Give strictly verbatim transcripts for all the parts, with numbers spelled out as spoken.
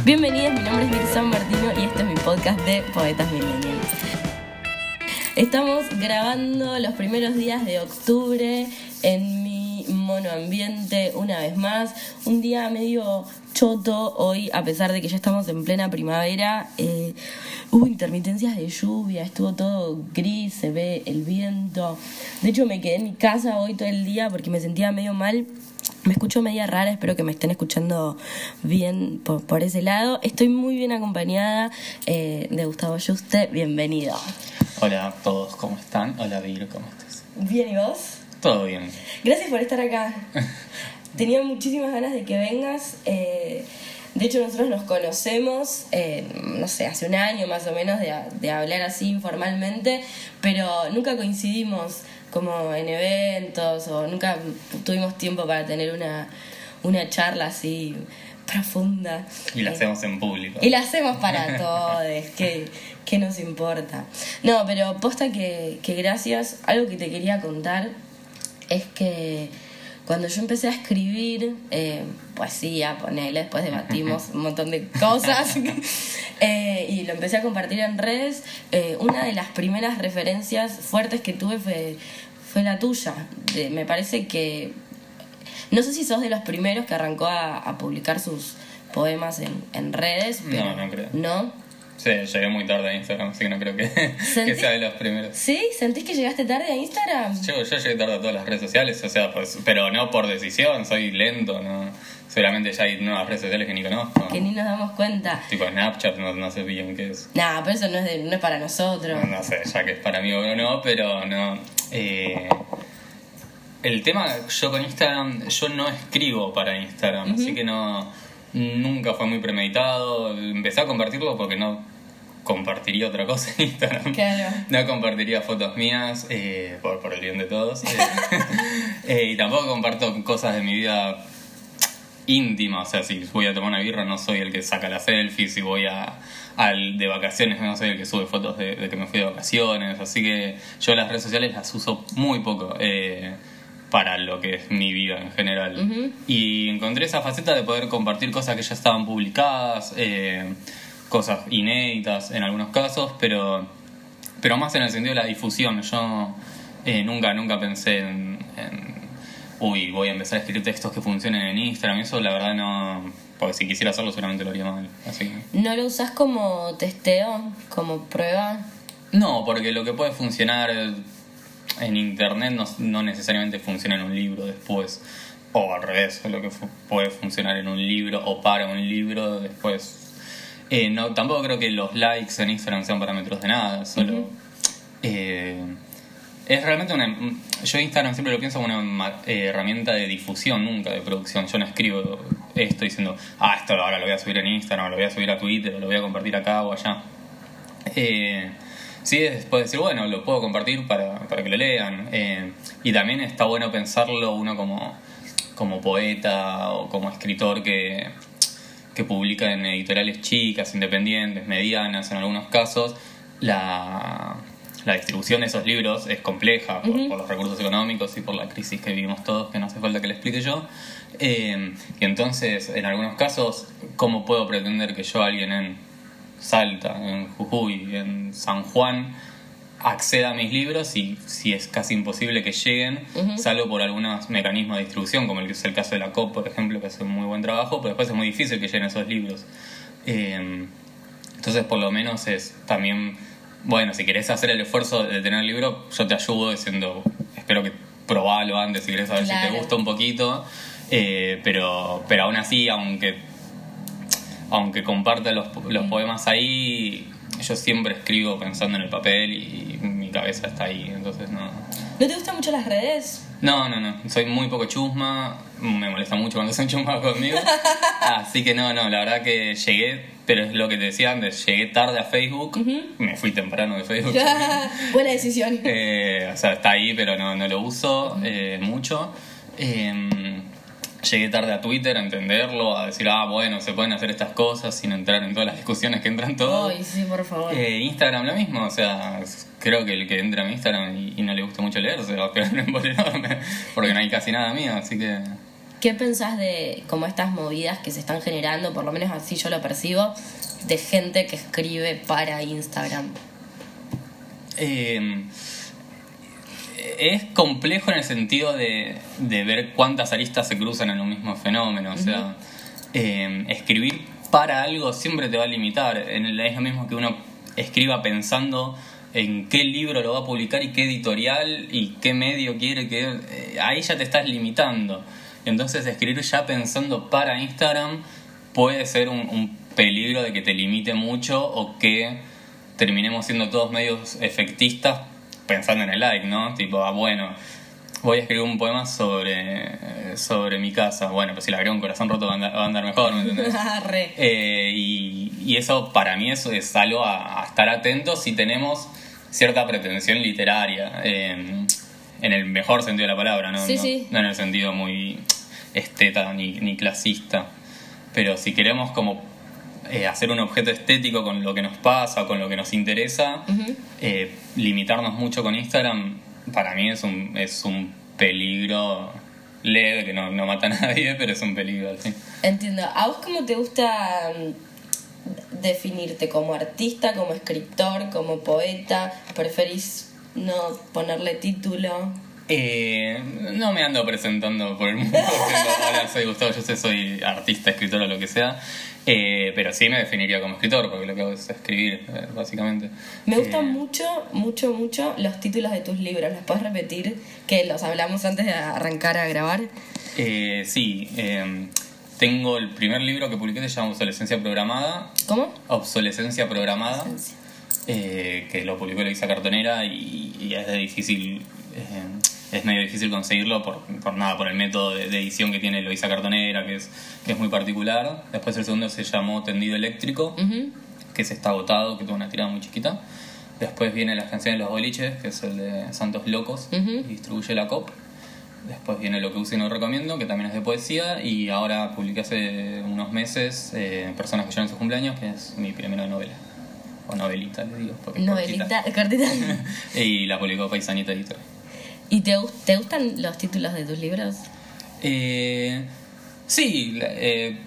Bienvenidos, mi nombre es Vicky San Martino y este es mi podcast de Poetas Millennials. Estamos grabando los primeros días de octubre en mi monoambiente una vez más. Un día medio choto hoy, a pesar de que ya estamos en plena primavera. Eh, hubo intermitencias de lluvia, estuvo todo gris, se ve el viento. De hecho, me quedé en mi casa hoy todo el día porque me sentía medio mal. Me escucho media rara, espero que me estén escuchando bien por, por ese lado. Estoy muy bien acompañada eh, de Gustavo Yuste. Bienvenido. Hola a todos, ¿cómo están? Hola Vir, ¿cómo estás? Bien, ¿y vos? Todo bien. Gracias por estar acá. Tenía muchísimas ganas de que vengas. Eh, de hecho, nosotros nos conocemos, eh, no sé, hace un año más o menos de, de hablar así informalmente, pero nunca coincidimos como en eventos o nunca tuvimos tiempo para tener una, una charla así profunda. Y la eh, hacemos en público. Y la hacemos para todos, ¿qué, qué nos importa? No, pero posta que, que gracias. Algo que te quería contar es que cuando yo empecé a escribir eh, poesía, ponele, después debatimos un montón de cosas eh, y lo empecé a compartir en redes, eh, una de las primeras referencias fuertes que tuve fue, fue la tuya. De, me parece que, no sé si sos de los primeros que arrancó a, a publicar sus poemas en, en redes, pero No, no creo. ¿no? Sí, llegué muy tarde a Instagram, así que no creo que, que sea de los primeros. ¿Sí? ¿Sentís que llegaste tarde a Instagram? Yo, yo llegué tarde a todas las redes sociales, o sea, pues, pero no por decisión, soy lento, no. Seguramente ya hay nuevas redes sociales que ni conozco. Que ni nos damos cuenta. Tipo Snapchat, no, no sé bien qué es. Nah, pero eso no es, de, no es para nosotros. No, no sé, ya que es para mí o no, pero no. Eh, el tema, yo con Instagram, yo no escribo para Instagram, uh-huh. Así que no, nunca fue muy premeditado. Empecé a compartirlo porque no compartiría otra cosa en Instagram. Claro. No compartiría fotos mías, eh, por, por el bien de todos. Eh, eh, y tampoco comparto cosas de mi vida íntima. O sea, si voy a tomar una birra no soy el que saca la selfie. Si voy a, al de vacaciones no soy el que sube fotos de, de que me fui de vacaciones. Así que yo las redes sociales las uso muy poco. Eh, para lo que es mi vida en general. Uh-huh. Y encontré esa faceta de poder compartir cosas que ya estaban publicadas, eh, cosas inéditas en algunos casos, pero, pero más en el sentido de la difusión. Yo eh, nunca, nunca pensé en, en, uy, voy a empezar a escribir textos que funcionen en Instagram. Eso la verdad no, porque si quisiera hacerlo seguramente lo haría mal. Así que... ¿No lo usás como testeo, como prueba? No, porque lo que puede funcionar en internet no, no necesariamente funciona en un libro después, o al revés, lo que fu- puede funcionar en un libro o para un libro después. Eh, no, tampoco creo que los likes en Instagram sean parámetros de nada, solo uh-huh. eh, es realmente una, yo Instagram siempre lo pienso como una eh, herramienta de difusión, nunca de producción. Yo no escribo esto diciendo, ah, esto ahora lo voy a subir en Instagram, lo voy a subir a Twitter, o lo voy a compartir acá o allá. eh Sí, después decir, bueno, lo puedo compartir para, para que lo lean. Eh, y también está bueno pensarlo uno como, como poeta o como escritor que, que publica en editoriales chicas, independientes, medianas en algunos casos. La, la distribución de esos libros es compleja por, uh-huh. por los recursos económicos y por la crisis que vivimos todos, que no hace falta que le explique yo. Eh, y entonces, en algunos casos, ¿cómo puedo pretender que yo, alguien en Salta, en Jujuy, en San Juan, acceda a mis libros y si es casi imposible que lleguen, uh-huh. salvo por algunos mecanismos de distribución, como el que es el caso de la C O P, por ejemplo, que hace un muy buen trabajo, pero después es muy difícil que lleguen esos libros. Eh, entonces, por lo menos es también, bueno, si querés hacer el esfuerzo de tener el libro, yo te ayudo diciendo, espero que probalo antes si querés saber claro. si te gusta un poquito, eh, pero, pero aún así, aunque aunque comparta los, los poemas ahí, yo siempre escribo pensando en el papel y mi cabeza está ahí, entonces no... ¿No te gustan mucho las redes? No, no, no, soy muy poco chusma, me molesta mucho cuando son chusmas conmigo, así que no, no, la verdad que llegué, pero es lo que te decía antes, llegué tarde a Facebook, uh-huh. me fui temprano de Facebook. Buena decisión. Eh, o sea, está ahí, pero no, no lo uso uh-huh. eh, mucho. Eh, Llegué tarde a Twitter a entenderlo, a decir, ah, bueno, se pueden hacer estas cosas sin entrar en todas las discusiones que entran todos. Ay, sí, por favor. Eh, Instagram lo mismo, o sea, creo que el que entra a mi Instagram y, y no le gusta mucho leer se va a pegar un embolerarme, porque no hay casi nada mío, así que... ¿qué pensás de como estas movidas que se están generando, por lo menos así yo lo percibo, de gente que escribe para Instagram? Eh, es complejo en el sentido de, de ver cuántas aristas se cruzan en un mismo fenómeno. O sea, uh-huh. eh, escribir para algo siempre te va a limitar. En el, es lo mismo que uno escriba pensando en qué libro lo va a publicar y qué editorial y qué medio quiere que... Eh, ahí ya te estás limitando. Entonces escribir ya pensando para Instagram puede ser un, un peligro de que te limite mucho o que terminemos siendo todos medios efectistas pensando en el like, ¿no? Tipo, ah, bueno, voy a escribir un poema sobre, sobre mi casa. Bueno, pues si le agrego un corazón roto va a andar, va a andar mejor, ¿me entendés? eh, y, y eso, para mí, eso es algo a, a estar atentos si tenemos cierta pretensión literaria, eh, en el mejor sentido de la palabra, ¿no? Sí, no, sí. no en el sentido muy esteta ni, ni clasista. Pero si queremos como eh, hacer un objeto estético con lo que nos pasa o con lo que nos interesa, uh-huh. eh, limitarnos mucho con Instagram, para mí es un, es un peligro leve, que no, no mata a nadie, pero es un peligro al fin. Entiendo. ¿A vos cómo te gusta definirte? ¿Como artista, como escritor, como poeta? ¿Preferís no ponerle título? Eh, no me ando presentando por el mundo diciendo, hola, soy Gustavo, yo sé, soy artista, escritor o lo que sea, eh, pero sí me definiría como escritor, porque lo que hago es escribir, eh, básicamente. Me gustan eh, mucho, mucho, mucho los títulos de tus libros. ¿Los puedes repetir? Que los hablamos antes de arrancar a grabar. Eh, sí, eh, tengo el primer libro que publiqué, se llama Obsolescencia Programada. ¿Cómo? Obsolescencia Programada. Obsolescencia. Eh, que lo publicó Eloísa Cartonera y, y es de difícil... Eh, es medio difícil conseguirlo por, por nada, por el método de, de edición que tiene Eloísa Cartonera, que es, que es muy particular. Después el segundo se llamó Tendido Eléctrico, uh-huh. que se está agotado, que tuvo una tirada muy chiquita. Después viene Las Canciones de los Boliches, que es el de Santos Locos, uh-huh. y distribuye la C O P. Después viene Lo que uso y no recomiendo, que también es de poesía. Y ahora publiqué hace unos meses eh, Personas que lloran sus cumpleaños, que es mi primera novela. O novelita, le digo. Porque novelita, cortita. Y la publicó Paisanita Editorial. ¿Y te, te gustan los títulos de tus libros? Eh, sí, eh,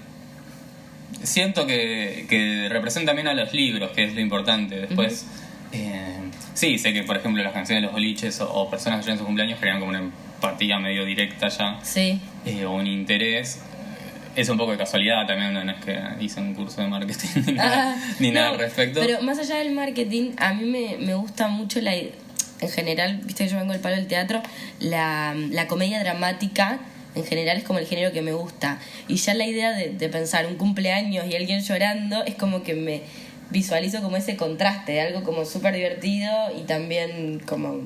siento que, que representan bien a los libros, que es lo importante. Después, uh-huh. eh, sí, sé que por ejemplo Las Canciones de los Boliches o, o Personas que lloran sus cumpleaños generan como una empatía medio directa ya. Sí. Eh, o un interés. Es un poco de casualidad también, no es que hice un curso de marketing ni nada, ah, ni nada no, al respecto. Pero más allá del marketing, a mí me, me gusta mucho la... En general, viste que yo vengo del palo del teatro, la, la comedia dramática en general es como el género que me gusta. Y ya la idea de, de pensar un cumpleaños y alguien llorando es como que me visualizo como ese contraste de algo como súper divertido y también como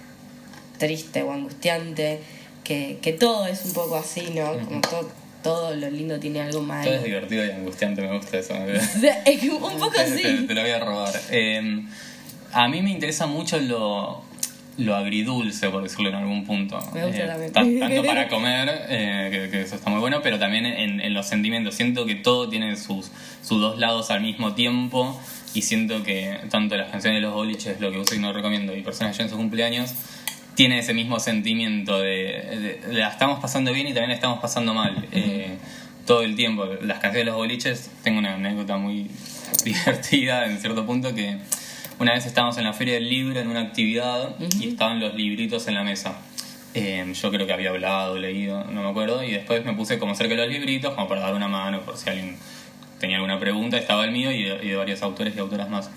triste o angustiante, que, que todo es un poco así, ¿no? Como todo, todo lo lindo tiene algo malo. Todo es divertido y angustiante, me gusta eso. Es que un poco así. Te, te, te lo voy a robar. Eh, a mí me interesa mucho lo, lo agridulce, por decirlo en algún punto. Me gusta eh, también. T- tanto para comer, eh, que, que eso está muy bueno, pero también en, en los sentimientos. Siento que todo tiene sus, sus dos lados al mismo tiempo y siento que tanto Las Canciones de los Boliches, Lo que uso y no recomiendo, y Personas que lloran sus cumpleaños, tiene ese mismo sentimiento de, de, de la estamos pasando bien y también la estamos pasando mal. Uh-huh. Eh, todo el tiempo. Las Canciones de los Boliches, tengo una anécdota muy divertida en cierto punto que... Una vez estábamos en la Feria del Libro en una actividad uh-huh. y estaban los libritos en la mesa. Eh, yo creo que había hablado, leído, no me acuerdo, y después me puse como cerca de los libritos como para dar una mano por si alguien tenía alguna pregunta. Estaba el mío y de, y de varios autores y autoras más.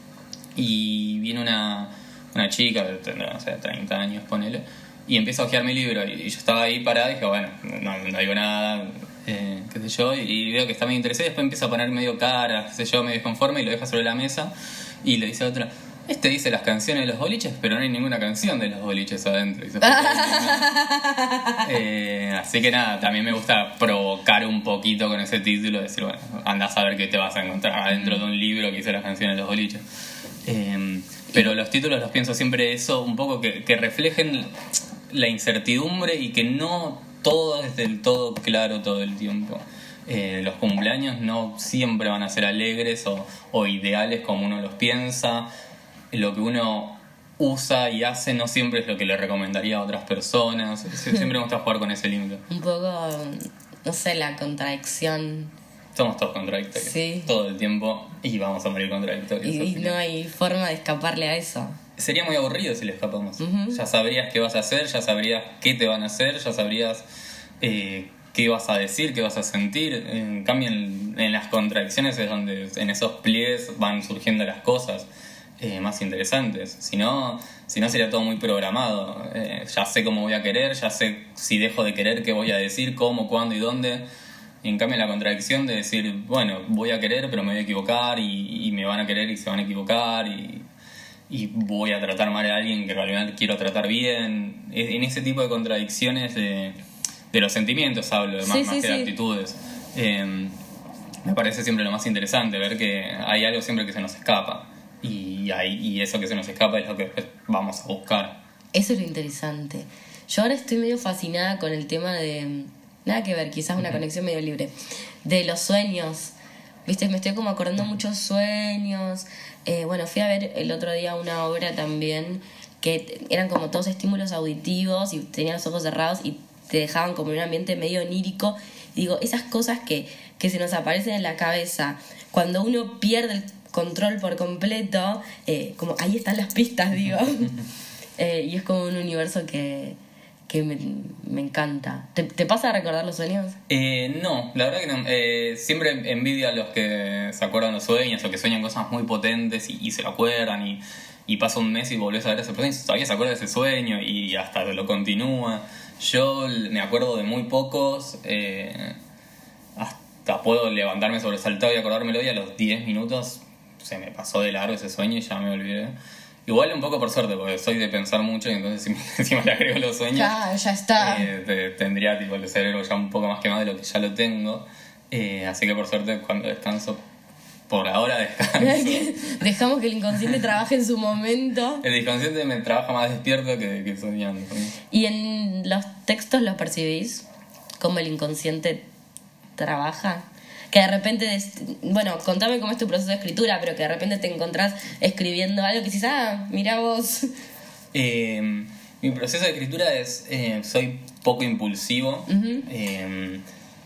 Y viene una, una chica, tendrá, no sé, treinta años, ponele, y empieza a hojear mi libro. Y yo estaba ahí parada y dije, bueno, no, no digo nada, eh, qué sé yo, y veo que está medio interesado y después empieza a poner medio cara, qué sé yo, medio disconforme y lo deja sobre la mesa. Y le dice a otra, este dice Las Canciones de los Boliches, pero no hay ninguna canción de los boliches adentro. Y se fue eh, así que nada, también me gusta provocar un poquito con ese título, decir, bueno, andás a ver qué te vas a encontrar adentro de un libro que dice Las Canciones de los Boliches. Eh, pero los títulos los pienso siempre eso, un poco que, que reflejen la incertidumbre y que no todo es del todo claro todo el tiempo. Eh, los cumpleaños no siempre van a ser alegres o, o ideales como uno los piensa. Lo que uno usa y hace no siempre es lo que le recomendaría a otras personas. Siempre me gusta jugar con ese límite. Un poco, no sé, la contradicción. Somos todos contradictorios. Sí. Todo el tiempo y vamos a morir contradictorios. Y, y no hay forma de escaparle a eso. Sería muy aburrido si le escapamos. Uh-huh. Ya sabrías qué vas a hacer, ya sabrías qué te van a hacer, ya sabrías eh, qué vas a decir, qué vas a sentir. En cambio, en, en las contradicciones es donde en esos pliegues van surgiendo las cosas eh, más interesantes. Si no, si no sería todo muy programado. Eh, ya sé cómo voy a querer, ya sé si dejo de querer qué voy a decir, cómo, cuándo y dónde. En cambio, la contradicción de decir, bueno, voy a querer pero me voy a equivocar y, y me van a querer y se van a equivocar y, y voy a tratar mal a alguien que en realidad quiero tratar bien. En ese tipo de contradicciones de, de los sentimientos hablo, más, sí, más sí, que sí. de actitudes. Eh, me parece siempre lo más interesante, ver que hay algo siempre que se nos escapa y, hay, y eso que se nos escapa es lo que después vamos a buscar. Eso es lo interesante. Yo ahora estoy medio fascinada con el tema de... Nada que ver, quizás una conexión medio libre. De los sueños. Viste, me estoy como acordando muchos sueños. Eh, bueno, fui a ver el otro día una obra también que eran como todos estímulos auditivos y tenía los ojos cerrados y te dejaban como en un ambiente medio onírico. Y digo, esas cosas que, que se nos aparecen en la cabeza, cuando uno pierde el control por completo, eh, como ahí están las pistas, digo. eh, y es como un universo que... que me, me encanta. ¿Te, ¿Te pasa a recordar los sueños? Eh, no, la verdad que no. Eh, siempre envidio a los que se acuerdan los sueños o que sueñan cosas muy potentes y, y se lo acuerdan y, y pasa un mes y volvés a ver ese sueño y todavía se acuerda de ese sueño y hasta lo continúa. Yo me acuerdo de muy pocos, eh, hasta puedo levantarme sobresaltado y acordármelo y a los diez minutos se me pasó de largo ese sueño y ya me olvidé. Igual un poco por suerte, porque soy de pensar mucho y entonces si me, si me le agrego los sueños... Ya, ya está. Eh, te, tendría tipo el cerebro ya un poco más quemado de lo que ya lo tengo. Eh, así que por suerte cuando descanso, por ahora descanso. Dejamos que el inconsciente trabaje en su momento. El inconsciente me trabaja más despierto que, que soñando. ¿Y en los textos lo percibís? ¿Cómo el inconsciente trabaja? Que de repente, des... bueno, contame cómo es tu proceso de escritura, pero que de repente te encontrás escribiendo algo que dices, ah, mirá vos. Eh, mi proceso de escritura es, eh, soy poco impulsivo. Uh-huh. Eh,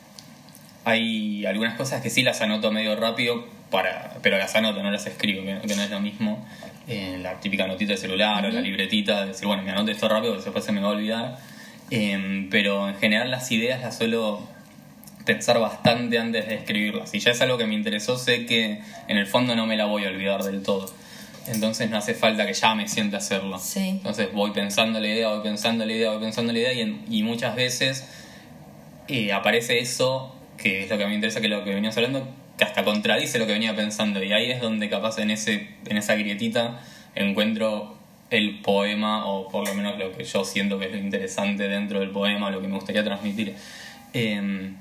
hay algunas cosas que sí las anoto medio rápido, para, pero las anoto, no las escribo, que, que no es lo mismo. Eh, la típica notita de celular uh-huh. o la libretita, de decir, bueno, me anoto esto rápido, porque después se me va a olvidar. Eh, pero en general las ideas las suelo pensar bastante antes de escribirlas. Si ya es algo que me interesó, sé que en el fondo no me la voy a olvidar del todo. Entonces no hace falta que ya me sienta a hacerlo. Sí. Entonces voy pensando la idea, voy pensando la idea, voy pensando la idea y, en, y muchas veces eh, aparece eso, que es lo que me interesa, que es lo que veníamos hablando, que hasta contradice lo que venía pensando. Y ahí es donde capaz en, ese, en esa grietita encuentro el poema, o por lo menos lo que yo siento que es lo interesante dentro del poema, lo que me gustaría transmitir. Eh,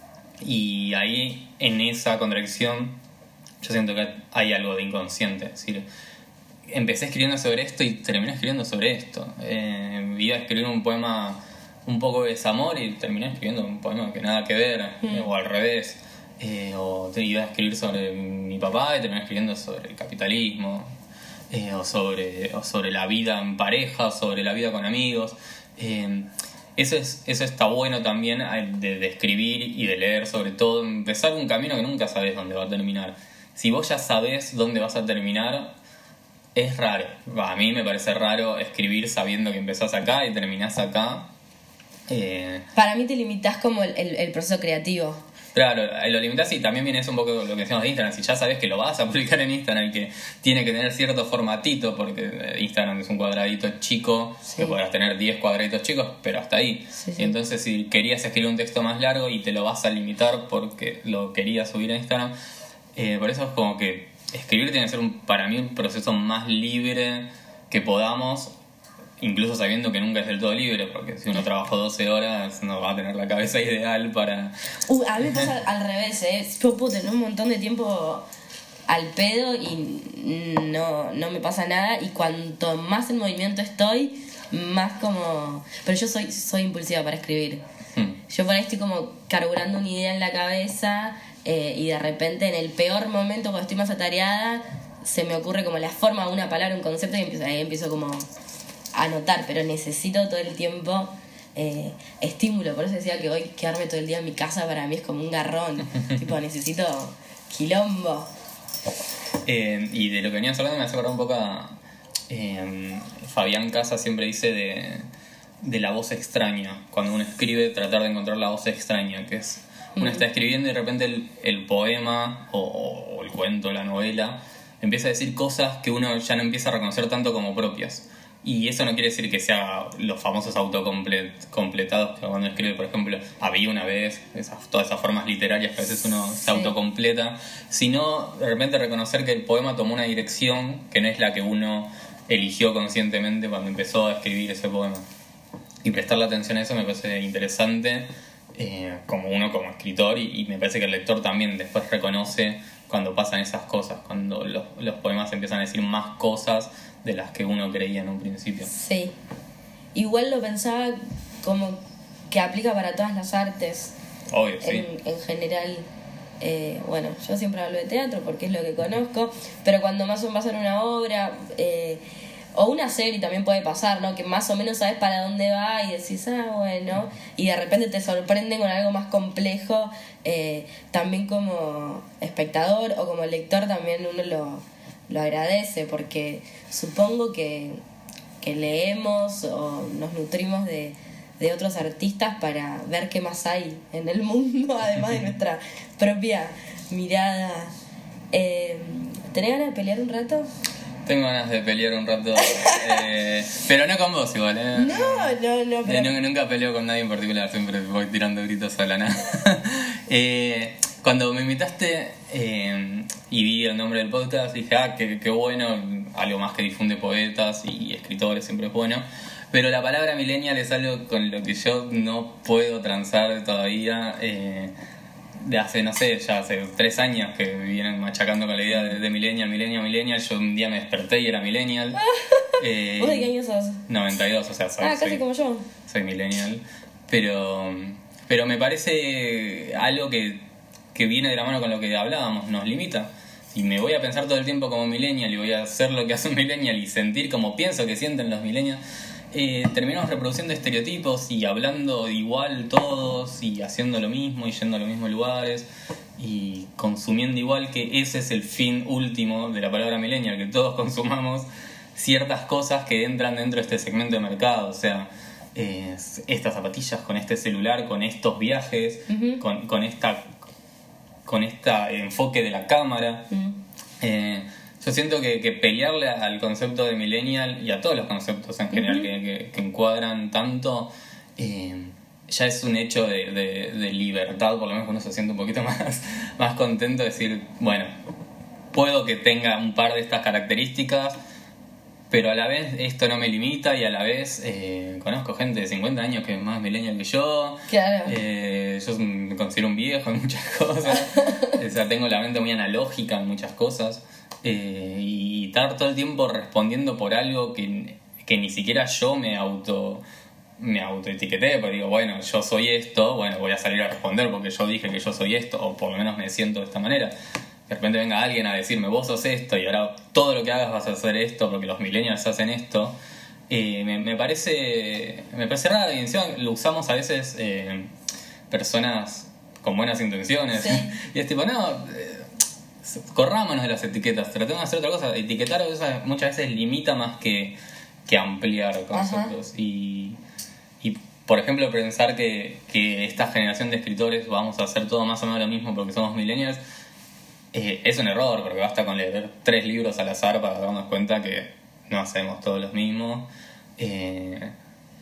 Y ahí, en esa contradicción, yo siento que hay algo de inconsciente. Es decir, empecé escribiendo sobre esto y terminé escribiendo sobre esto. Eh, iba a escribir un poema un poco de desamor y terminé escribiendo un poema que nada que ver, mm. eh, o al revés. Eh, o te iba a escribir sobre mi papá y terminé escribiendo sobre el capitalismo, eh, o, sobre, o sobre la vida en pareja, o sobre la vida con amigos. Eh, Eso, es, eso está bueno también de, de escribir y de leer, sobre todo, empezar un camino que nunca sabes dónde va a terminar. Si vos ya sabés dónde vas a terminar, es raro. A mí me parece raro escribir sabiendo que empezás acá y terminás acá. Eh, Para mí te limitás como el, el, el proceso creativo. Claro, lo limitás y también viene eso un poco lo que decíamos de Instagram. Si ya sabes que lo vas a publicar en Instagram y que tiene que tener cierto formatito, porque Instagram es un cuadradito chico, sí. que podrás tener diez cuadraditos chicos, pero hasta ahí. Sí, sí. Y entonces si querías escribir un texto más largo y te lo vas a limitar porque lo querías subir a Instagram, eh, por eso es como que escribir tiene que ser un, para mí un proceso más libre que podamos, incluso sabiendo que nunca es del todo libre, porque si uno trabaja doce horas no va a tener la cabeza ideal para... Uh, a mí me pasa al revés, ¿eh? Yo puedo tener un montón de tiempo al pedo y no, no me pasa nada, y cuanto más en movimiento estoy, más como... Pero yo soy, soy impulsiva para escribir. Hmm. Yo por ahí estoy como carburando una idea en la cabeza, eh, y de repente en el peor momento, cuando estoy más atareada, se me ocurre como la forma de una palabra, un concepto, y empiezo, ahí empiezo como a anotar, pero necesito todo el tiempo eh, estímulo. Por eso decía que hoy quedarme todo el día en mi casa para mí es como un garrón. Tipo, necesito quilombo. Eh, y de lo que venías hablando me hace acordar un poco a... Eh, Fabián Casas siempre dice de, de la voz extraña. Cuando uno escribe, tratar de encontrar la voz extraña, que es... Uno mm. está escribiendo y de repente el, el poema o, o el cuento, la novela, empieza a decir cosas que uno ya no empieza a reconocer tanto como propias. Y eso no quiere decir que sea los famosos autocompletados que cuando escribe, por ejemplo, había una vez, esas, todas esas formas literarias que a veces uno se sí. autocompleta, sino de repente reconocer que el poema tomó una dirección que no es la que uno eligió conscientemente cuando empezó a escribir ese poema. Y prestarle atención a eso me parece interesante, eh, como uno como escritor, y, y me parece que el lector también después reconoce cuando pasan esas cosas, cuando los, los poemas empiezan a decir más cosas de las que uno creía en un principio. Sí. Igual lo pensaba como que aplica para todas las artes. Obvio, sí. En, en general, eh, bueno, yo siempre hablo de teatro porque es lo que conozco, pero cuando más o menos va a ser una obra, eh, o una serie también puede pasar, ¿no? Que más o menos sabes para dónde va y decís, ah, bueno, y de repente te sorprenden con algo más complejo, eh, también como espectador o como lector también uno lo, lo agradece, porque supongo que, que leemos o nos nutrimos de, de otros artistas para ver qué más hay en el mundo, además de nuestra propia mirada. Eh, ¿Tenés ganas de pelear un rato? Tengo ganas de pelear un rato, eh, pero no con vos igual, ¿eh? No, no, no. Pero... Eh, nunca peleo con nadie en particular, siempre voy tirando gritos a la nada. eh, cuando me invitaste eh, y vi el nombre del podcast, dije, ah, qué, qué bueno, algo más que difunde poetas y escritores, siempre es bueno. Pero la palabra millennial es algo con lo que yo no puedo transar todavía. Eh, de hace, no sé, ya hace tres años que vienen machacando con la idea de, de millennial, millennial, millennial. Yo un día me desperté y era millennial. eh, ¿Vos de qué año sos? noventa y dos, o sea, soy, ah, casi soy, como yo. Soy millennial. Pero, pero me parece algo que, que viene de la mano con lo que hablábamos, nos limita. Si me voy a pensar todo el tiempo como millennial y voy a hacer lo que hace un millennial y sentir como pienso que sienten los millennials, Eh, terminamos reproduciendo estereotipos y hablando igual todos y haciendo lo mismo y yendo a los mismos lugares y consumiendo igual, que ese es el fin último de la palabra millennial, que todos consumamos ciertas cosas que entran dentro de este segmento de mercado, o sea, eh, estas zapatillas con este celular, con estos viajes, uh-huh. con, con esta con este enfoque de la cámara. Uh-huh. eh, Yo siento que, que pelearle al concepto de millennial y a todos los conceptos en general uh-huh. que, que, que encuadran tanto, eh, ya es un hecho de, de, de libertad, por lo menos uno se siente un poquito más, más contento de decir, bueno, puedo que tenga un par de estas características, pero a la vez esto no me limita y a la vez eh, conozco gente de cincuenta años que es más millennial que yo. Claro. Eh, yo me considero un viejo en muchas cosas, o sea, tengo la mente muy analógica en muchas cosas. Eh, y estar todo el tiempo respondiendo por algo que, que ni siquiera yo me auto me autoetiqueté, porque digo, bueno, yo soy esto, bueno, voy a salir a responder porque yo dije que yo soy esto, o por lo menos me siento de esta manera. De repente venga alguien a decirme, vos sos esto y ahora todo lo que hagas vas a hacer esto porque los millennials hacen esto, eh, me, me parece me parece raro, y encima lo usamos a veces eh, personas con buenas intenciones. Sí. Y es tipo, no, eh, corrámonos de las etiquetas, tratemos de hacer otra cosa. Etiquetar muchas veces limita más que, que ampliar conceptos. Y, y, por ejemplo, pensar que, que esta generación de escritores vamos a hacer todo más o menos lo mismo porque somos millennials, eh, es un error, porque basta con leer tres libros al azar para darnos cuenta que no hacemos todos los mismos. Eh,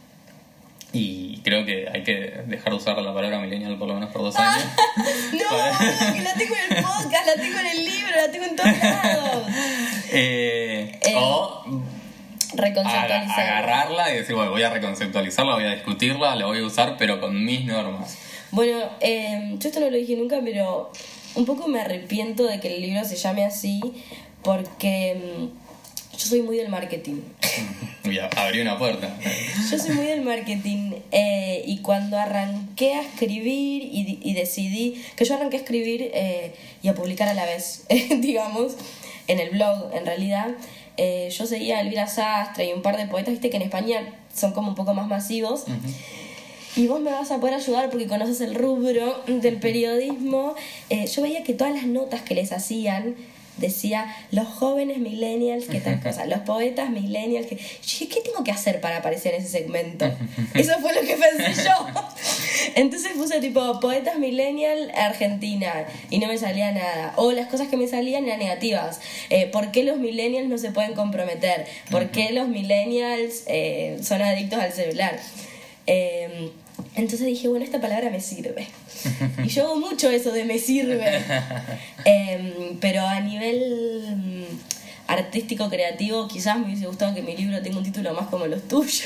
Y creo que hay que dejar de usar la palabra millennial por lo menos por dos años. No, que la tengo en el podcast, la tengo en el libro, la tengo en todos lados. Eh, eh, o reconceptualizar. Agarrarla y decir, bueno, voy a reconceptualizarla, voy a discutirla, la voy a usar, pero con mis normas. Bueno, eh, yo esto no lo dije nunca, pero un poco me arrepiento de que el libro se llame así, porque yo soy muy del marketing. Ya, abrí una puerta. Yo soy muy del marketing, eh, y cuando arranqué a escribir y, y decidí que yo arranqué a escribir eh, y a publicar a la vez, digamos, en el blog, en realidad, eh, yo seguía a Elvira Sastre y un par de poetas, viste que en España son como un poco más masivos. Uh-huh. Y vos me vas a poder ayudar porque conoces el rubro del periodismo. Eh, yo veía que todas las notas que les hacían decía los jóvenes millennials que tal cosa, los poetas millennials que... Yo dije, ¿qué tengo que hacer para aparecer en ese segmento? Eso fue lo que pensé yo. Entonces puse tipo poetas millennial Argentina y no me salía nada. O las cosas que me salían eran negativas. Eh, ¿Por qué los millennials no se pueden comprometer? ¿Por qué los millennials eh, son adictos al celular? Eh, entonces dije, bueno, esta palabra me sirve. Y yo hago mucho eso de me sirve. Eh, pero a nivel um, artístico, creativo, quizás me hubiese gustado que mi libro tenga un título más como los tuyos.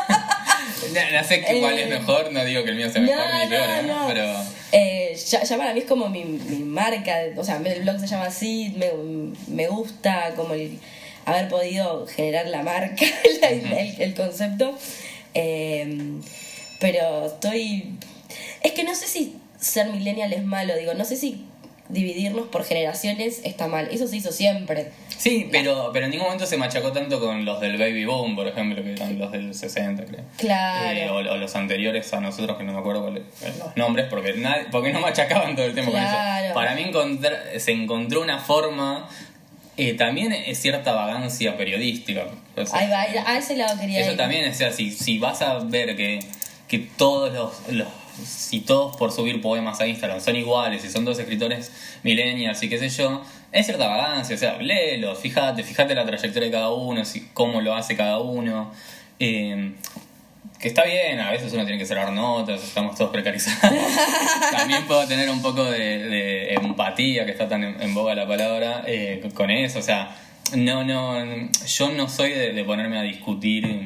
No, no sé cuál eh, es mejor, no digo que el mío sea mejor no, ni peor, no, no. pero... Eh, ya, ya para mí es como mi, mi marca, o sea, el blog se llama así, me, me gusta como el haber podido generar la marca, el, el, el concepto. Eh, pero estoy... Es que no sé si ser millennial es malo, digo, no sé si dividirnos por generaciones está mal, eso se hizo siempre. Sí, pero, pero en ningún momento se machacó tanto con los del baby boom, por ejemplo, que eran los del sesenta, creo. Claro. Eh, o, o los anteriores a nosotros, que no me acuerdo cuáles los nombres, porque, nadie, porque no machacaban todo el tiempo claro. con eso. Para mí encontrar, se encontró una forma... Eh, también es cierta vagancia periodística. O sea, ahí va, a ese lado quería eso ir. también, o sea, si, si vas a ver que, que todos los, los... Si todos por subir poemas a Instagram son iguales, si son dos escritores millennials y qué sé yo, es cierta vagancia, o sea, léelos, fíjate, fíjate la trayectoria de cada uno, si, cómo lo hace cada uno. Eh, que está bien, a veces uno tiene que cerrar notas, estamos todos precarizados. También puedo tener un poco de, de empatía, que está tan en, en boga la palabra, eh, con eso. O sea, no, no, yo no soy de, de ponerme a discutir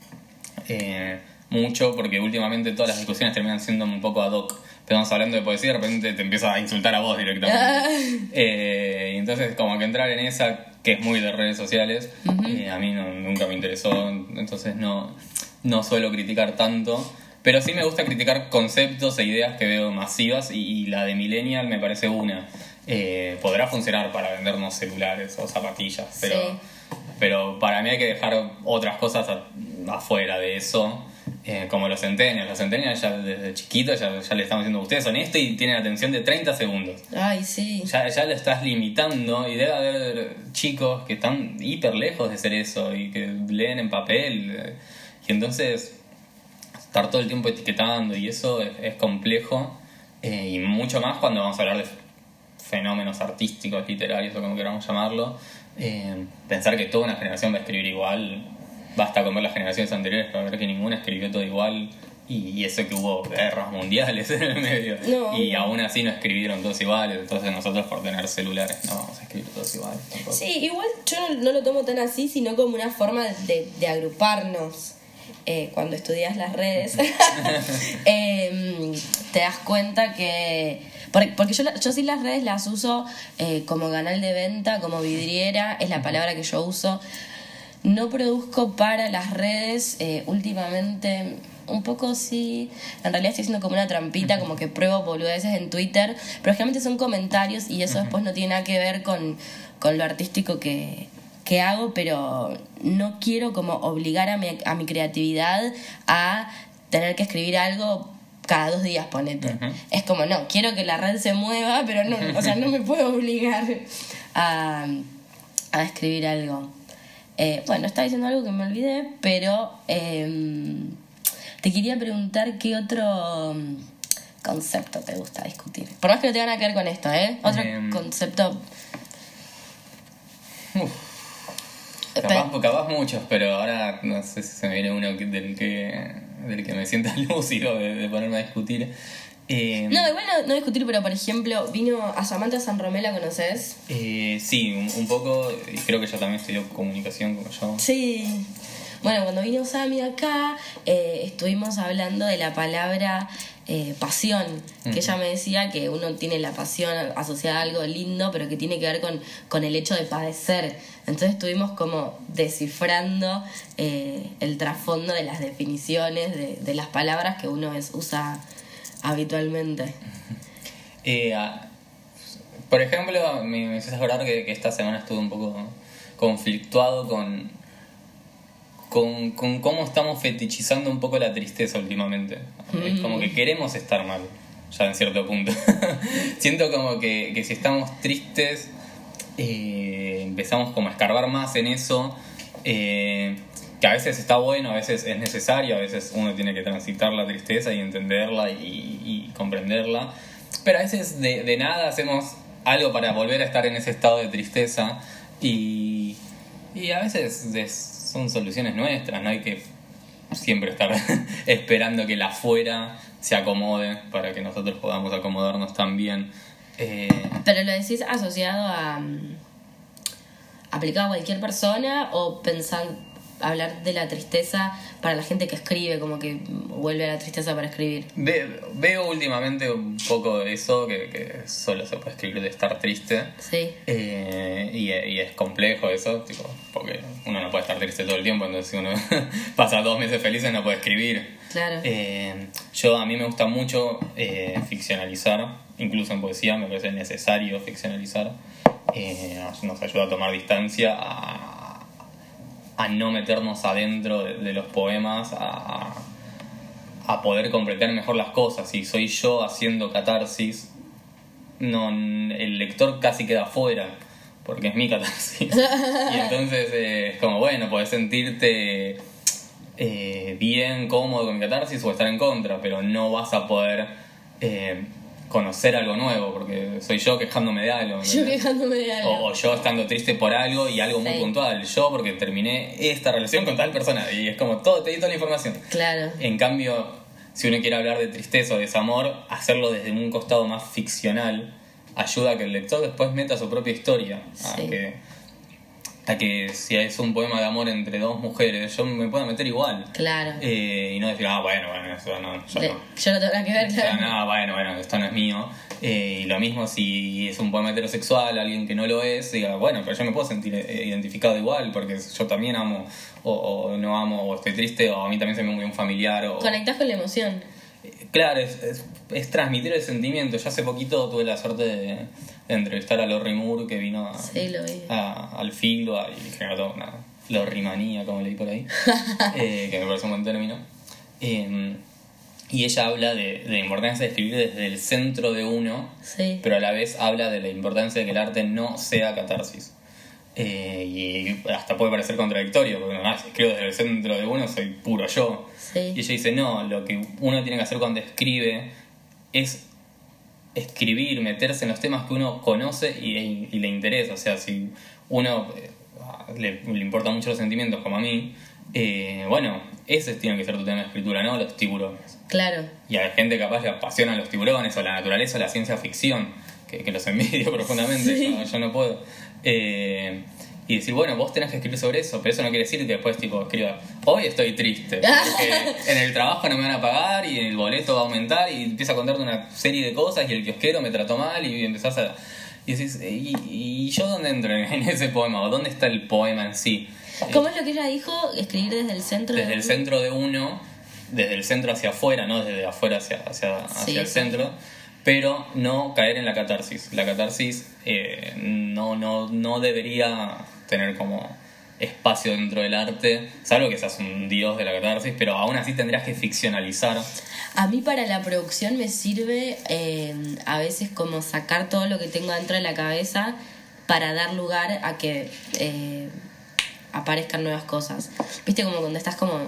eh, mucho, porque últimamente todas las discusiones terminan siendo un poco ad hoc. Estamos hablando de poesía y de repente te empieza a insultar a vos directamente. eh, y entonces como que entrar en esa, que es muy de redes sociales, uh-huh. eh, a mí no, nunca me interesó, entonces no... No suelo criticar tanto, pero sí me gusta criticar conceptos e ideas que veo masivas y, y la de Millennial me parece una. Eh, podrá funcionar para vendernos celulares o zapatillas, pero, sí. pero para mí hay que dejar otras cosas a, afuera de eso, eh, como los centennials. Los centennials ya desde chiquitos ya, ya le estamos diciendo, ustedes son esto y tienen atención de treinta segundos. Ay, sí. Ya, ya lo estás limitando y debe haber chicos que están hiper lejos de ser eso y que leen en papel. Y entonces, estar todo el tiempo etiquetando y eso es, es complejo, eh, y mucho más cuando vamos a hablar de fenómenos artísticos, literarios o como queramos llamarlo. Eh, pensar que toda una generación va a escribir igual, basta con ver las generaciones anteriores para ver que ninguna escribió todo igual, y, y eso que hubo guerras mundiales en el medio, no, y no. aún así no escribieron todos iguales. Entonces nosotros, por tener celulares, no vamos a escribir todos iguales tampoco. Sí, igual yo no, no lo tomo tan así, sino como una forma de, de agruparnos. Eh, cuando estudias las redes eh, te das cuenta que porque, porque yo, yo sí las redes las uso eh, como canal de venta, como vidriera, es la palabra que yo uso. No produzco para las redes, eh, últimamente un poco sí, en realidad estoy haciendo como una trampita, como que pruebo boludeces en Twitter, pero generalmente son comentarios y eso después no tiene nada que ver con, con lo artístico que que hago, pero no quiero como obligar a mi, a mi creatividad a tener que escribir algo cada dos días, ponete. Uh-huh. Es como, no, quiero que la red se mueva, pero no, o sea, no me puedo obligar a, a escribir algo. Eh, bueno, estaba diciendo algo que me olvidé, pero eh, te quería preguntar qué otro concepto te gusta discutir. Por más que no tenga nada que ver con esto, ¿eh? Otro um, concepto... Uf. Capaz, capaz muchos, pero ahora no sé si se me viene uno del que del que me sienta lúcido de, de ponerme a discutir. Eh, no, igual no, no discutir, pero por ejemplo, vino a Samantha San Romé, ¿la conoces? Eh, sí, un, un poco, y creo que ella también estudió comunicación como yo. Sí. Bueno, cuando vino Sami acá, eh, estuvimos hablando de la palabra eh, pasión, que uh-huh. ella me decía que uno tiene la pasión asociada a algo lindo, pero que tiene que ver con, con el hecho de padecer. Entonces estuvimos como descifrando eh, el trasfondo de las definiciones de, de las palabras que uno es, usa habitualmente. Eh, Por ejemplo, me, me hiciste acordar que, que esta semana estuve un poco conflictuado con, con, con cómo estamos fetichizando un poco la tristeza últimamente. Mm. Es como que queremos estar mal, ya en cierto punto. Siento como que, que si estamos tristes, eh, empezamos como a escarbar más en eso, eh, que a veces está bueno, a veces es necesario, a veces uno tiene que transitar la tristeza y entenderla y, y comprenderla, pero a veces de, de nada hacemos algo para volver a estar en ese estado de tristeza y, y a veces es, son soluciones nuestras, no hay que siempre estar esperando que la afuera se acomode para que nosotros podamos acomodarnos también. Eh, ¿Pero lo decís asociado a um, aplicado a cualquier persona o pensando hablar de la tristeza para la gente que escribe, como que vuelve a la tristeza para escribir? Ve, veo últimamente un poco de eso, que, que solo se puede escribir de estar triste. Sí. Eh, y, y es complejo eso, tipo, porque uno no puede estar triste todo el tiempo, entonces si uno pasa dos meses felices no puede escribir. Claro. Eh, yo, a mí me gusta mucho eh, ficcionalizar, incluso en poesía me parece necesario ficcionalizar. Eh, nos ayuda a tomar distancia, a a no meternos adentro de, de los poemas, a, a poder comprender mejor las cosas. Si soy yo haciendo catarsis, no, el lector casi queda fuera, porque es mi catarsis. Y entonces eh, es como, bueno, podés sentirte eh, bien, cómodo con mi catarsis o estar en contra, pero no vas a poder eh, conocer algo nuevo, porque soy yo quejándome de algo. Yo quejándome de algo. O, o yo estando triste por algo y algo muy sí. puntual. Yo porque terminé esta relación con tal persona y es como todo, te di toda la información. Claro. En cambio, si uno quiere hablar de tristeza o desamor, hacerlo desde un costado más ficcional ayuda a que el lector después meta su propia historia. Sí. A que, a que si es un poema de amor entre dos mujeres, yo me pueda meter igual. Claro. Eh, y no decir, ah, bueno, bueno, eso no, yo Le, no. Yo no tengo nada que ver, claro. O sea, no, bueno, bueno, esto no es mío. Eh, y lo mismo si es un poema heterosexual, alguien que no lo es, diga, bueno, pero yo me puedo sentir identificado igual, porque yo también amo, o, o no amo, o estoy triste, o a mí también se me mueve un familiar. O... Conectás con la emoción. Claro, es, es, es transmitir el sentimiento. Yo hace poquito tuve la suerte de, de entrevistar a Lorri Moore, que vino a, sí, lo vi. a, al Filo y generó una lorrimanía, como leí por ahí, eh, que me parece un buen término. Eh, y ella habla de, de la importancia de escribir desde el centro de uno, sí. pero a la vez habla de la importancia de que el arte no sea catarsis. Eh, y hasta puede parecer contradictorio, porque no, si escribo desde el centro de uno soy puro yo. Sí. Y ella dice, no, lo que uno tiene que hacer cuando escribe es escribir, meterse en los temas que uno conoce y, y le interesa. O sea, si uno eh, le, le importan mucho los sentimientos, como a mí, eh, bueno, ese tiene que ser tu tema de escritura, ¿no? Los tiburones. Claro. Y a la gente capaz le apasionan los tiburones o la naturaleza o la ciencia ficción, que, que los envidio profundamente. Sí. Yo, yo no puedo. Eh, y decir, bueno, vos tenés que escribir sobre eso, pero eso no quiere decir que después tipo escriba, hoy estoy triste, porque en el trabajo no me van a pagar y el boleto va a aumentar, y empieza a contarte una serie de cosas y el kiosquero me trató mal y empezás a... Y decís, ¿y, y yo dónde entro en ese poema? ¿O dónde está el poema en sí? ¿Cómo es lo que ella dijo? Escribir desde el centro desde de el centro de uno, desde el centro hacia afuera, no desde afuera hacia, hacia, hacia sí, el sí. centro, pero no caer en la catarsis. La catarsis eh, no, no, no debería tener como espacio dentro del arte, salvo que seas un dios de la catarsis, pero aún así tendrías que ficcionalizar. A mí para la producción me sirve eh, a veces como sacar todo lo que tengo dentro de la cabeza para dar lugar a que eh, aparezcan nuevas cosas. Viste, como cuando estás como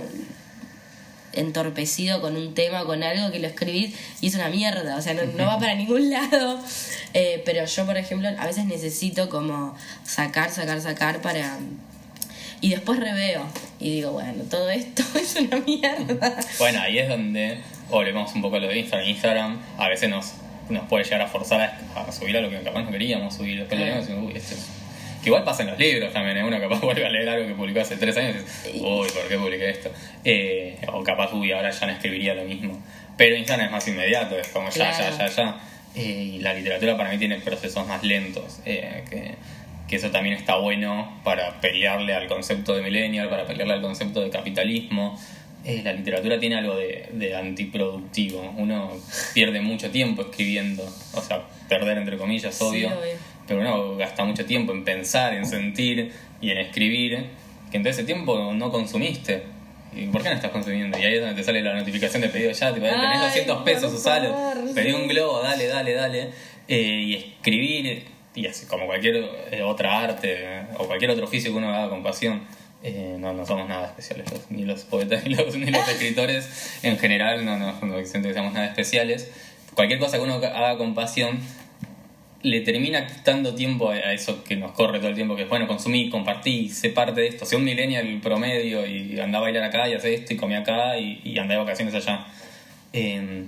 entorpecido con un tema, con algo que lo escribís y es una mierda, o sea, no, no va para ningún lado. Eh, pero yo, por ejemplo, a veces necesito como sacar, sacar, sacar para... Y después reveo y digo, bueno, todo esto es una mierda. Bueno, ahí es donde volvemos un poco a lo de Instagram. Instagram a veces nos, nos puede llegar a forzar a, a subir a lo que capaz no queríamos subir. Después lo leemos y decimos, uy, esto es... Que igual pasa en los libros también, ¿eh? Uno capaz vuelve a leer algo que publicó hace tres años y dice, uy, ¿por qué publiqué esto? Eh, o capaz, uy, ahora ya no escribiría lo mismo. Pero Instagram es más inmediato, es como ya, claro. ya, ya, ya. Eh, y la literatura para mí tiene procesos más lentos, eh, que, que eso también está bueno para pelearle al concepto de millennial, para pelearle al concepto de capitalismo, eh, la literatura tiene algo de, de antiproductivo. Uno pierde mucho tiempo escribiendo, o sea, perder entre comillas, obvio, Sí, obvio. pero uno gasta mucho tiempo en pensar, en sentir y en escribir, que en todo ese tiempo no consumiste. ¿Y por qué no estás consumiendo? Y ahí es donde te sale la notificación de pedido ya, te tenés Ay, doscientos pesos, por usalo, favor, pedí sí. un globo, dale, dale, dale. Eh, y escribir, y así como cualquier eh, otra arte eh, o cualquier otro oficio que uno haga con pasión, eh, no, no somos nada especiales, los- ni los poetas ni los, ni los escritores en general, no, no, no siento que seamos nada especiales. Cualquier cosa que uno haga con pasión le termina quitando tiempo a a eso que nos corre todo el tiempo, que es bueno, consumí, compartí, sé parte de esto, sé un millennial promedio y anda a bailar acá y hace esto y comí acá y, y anda de vacaciones allá. Eh,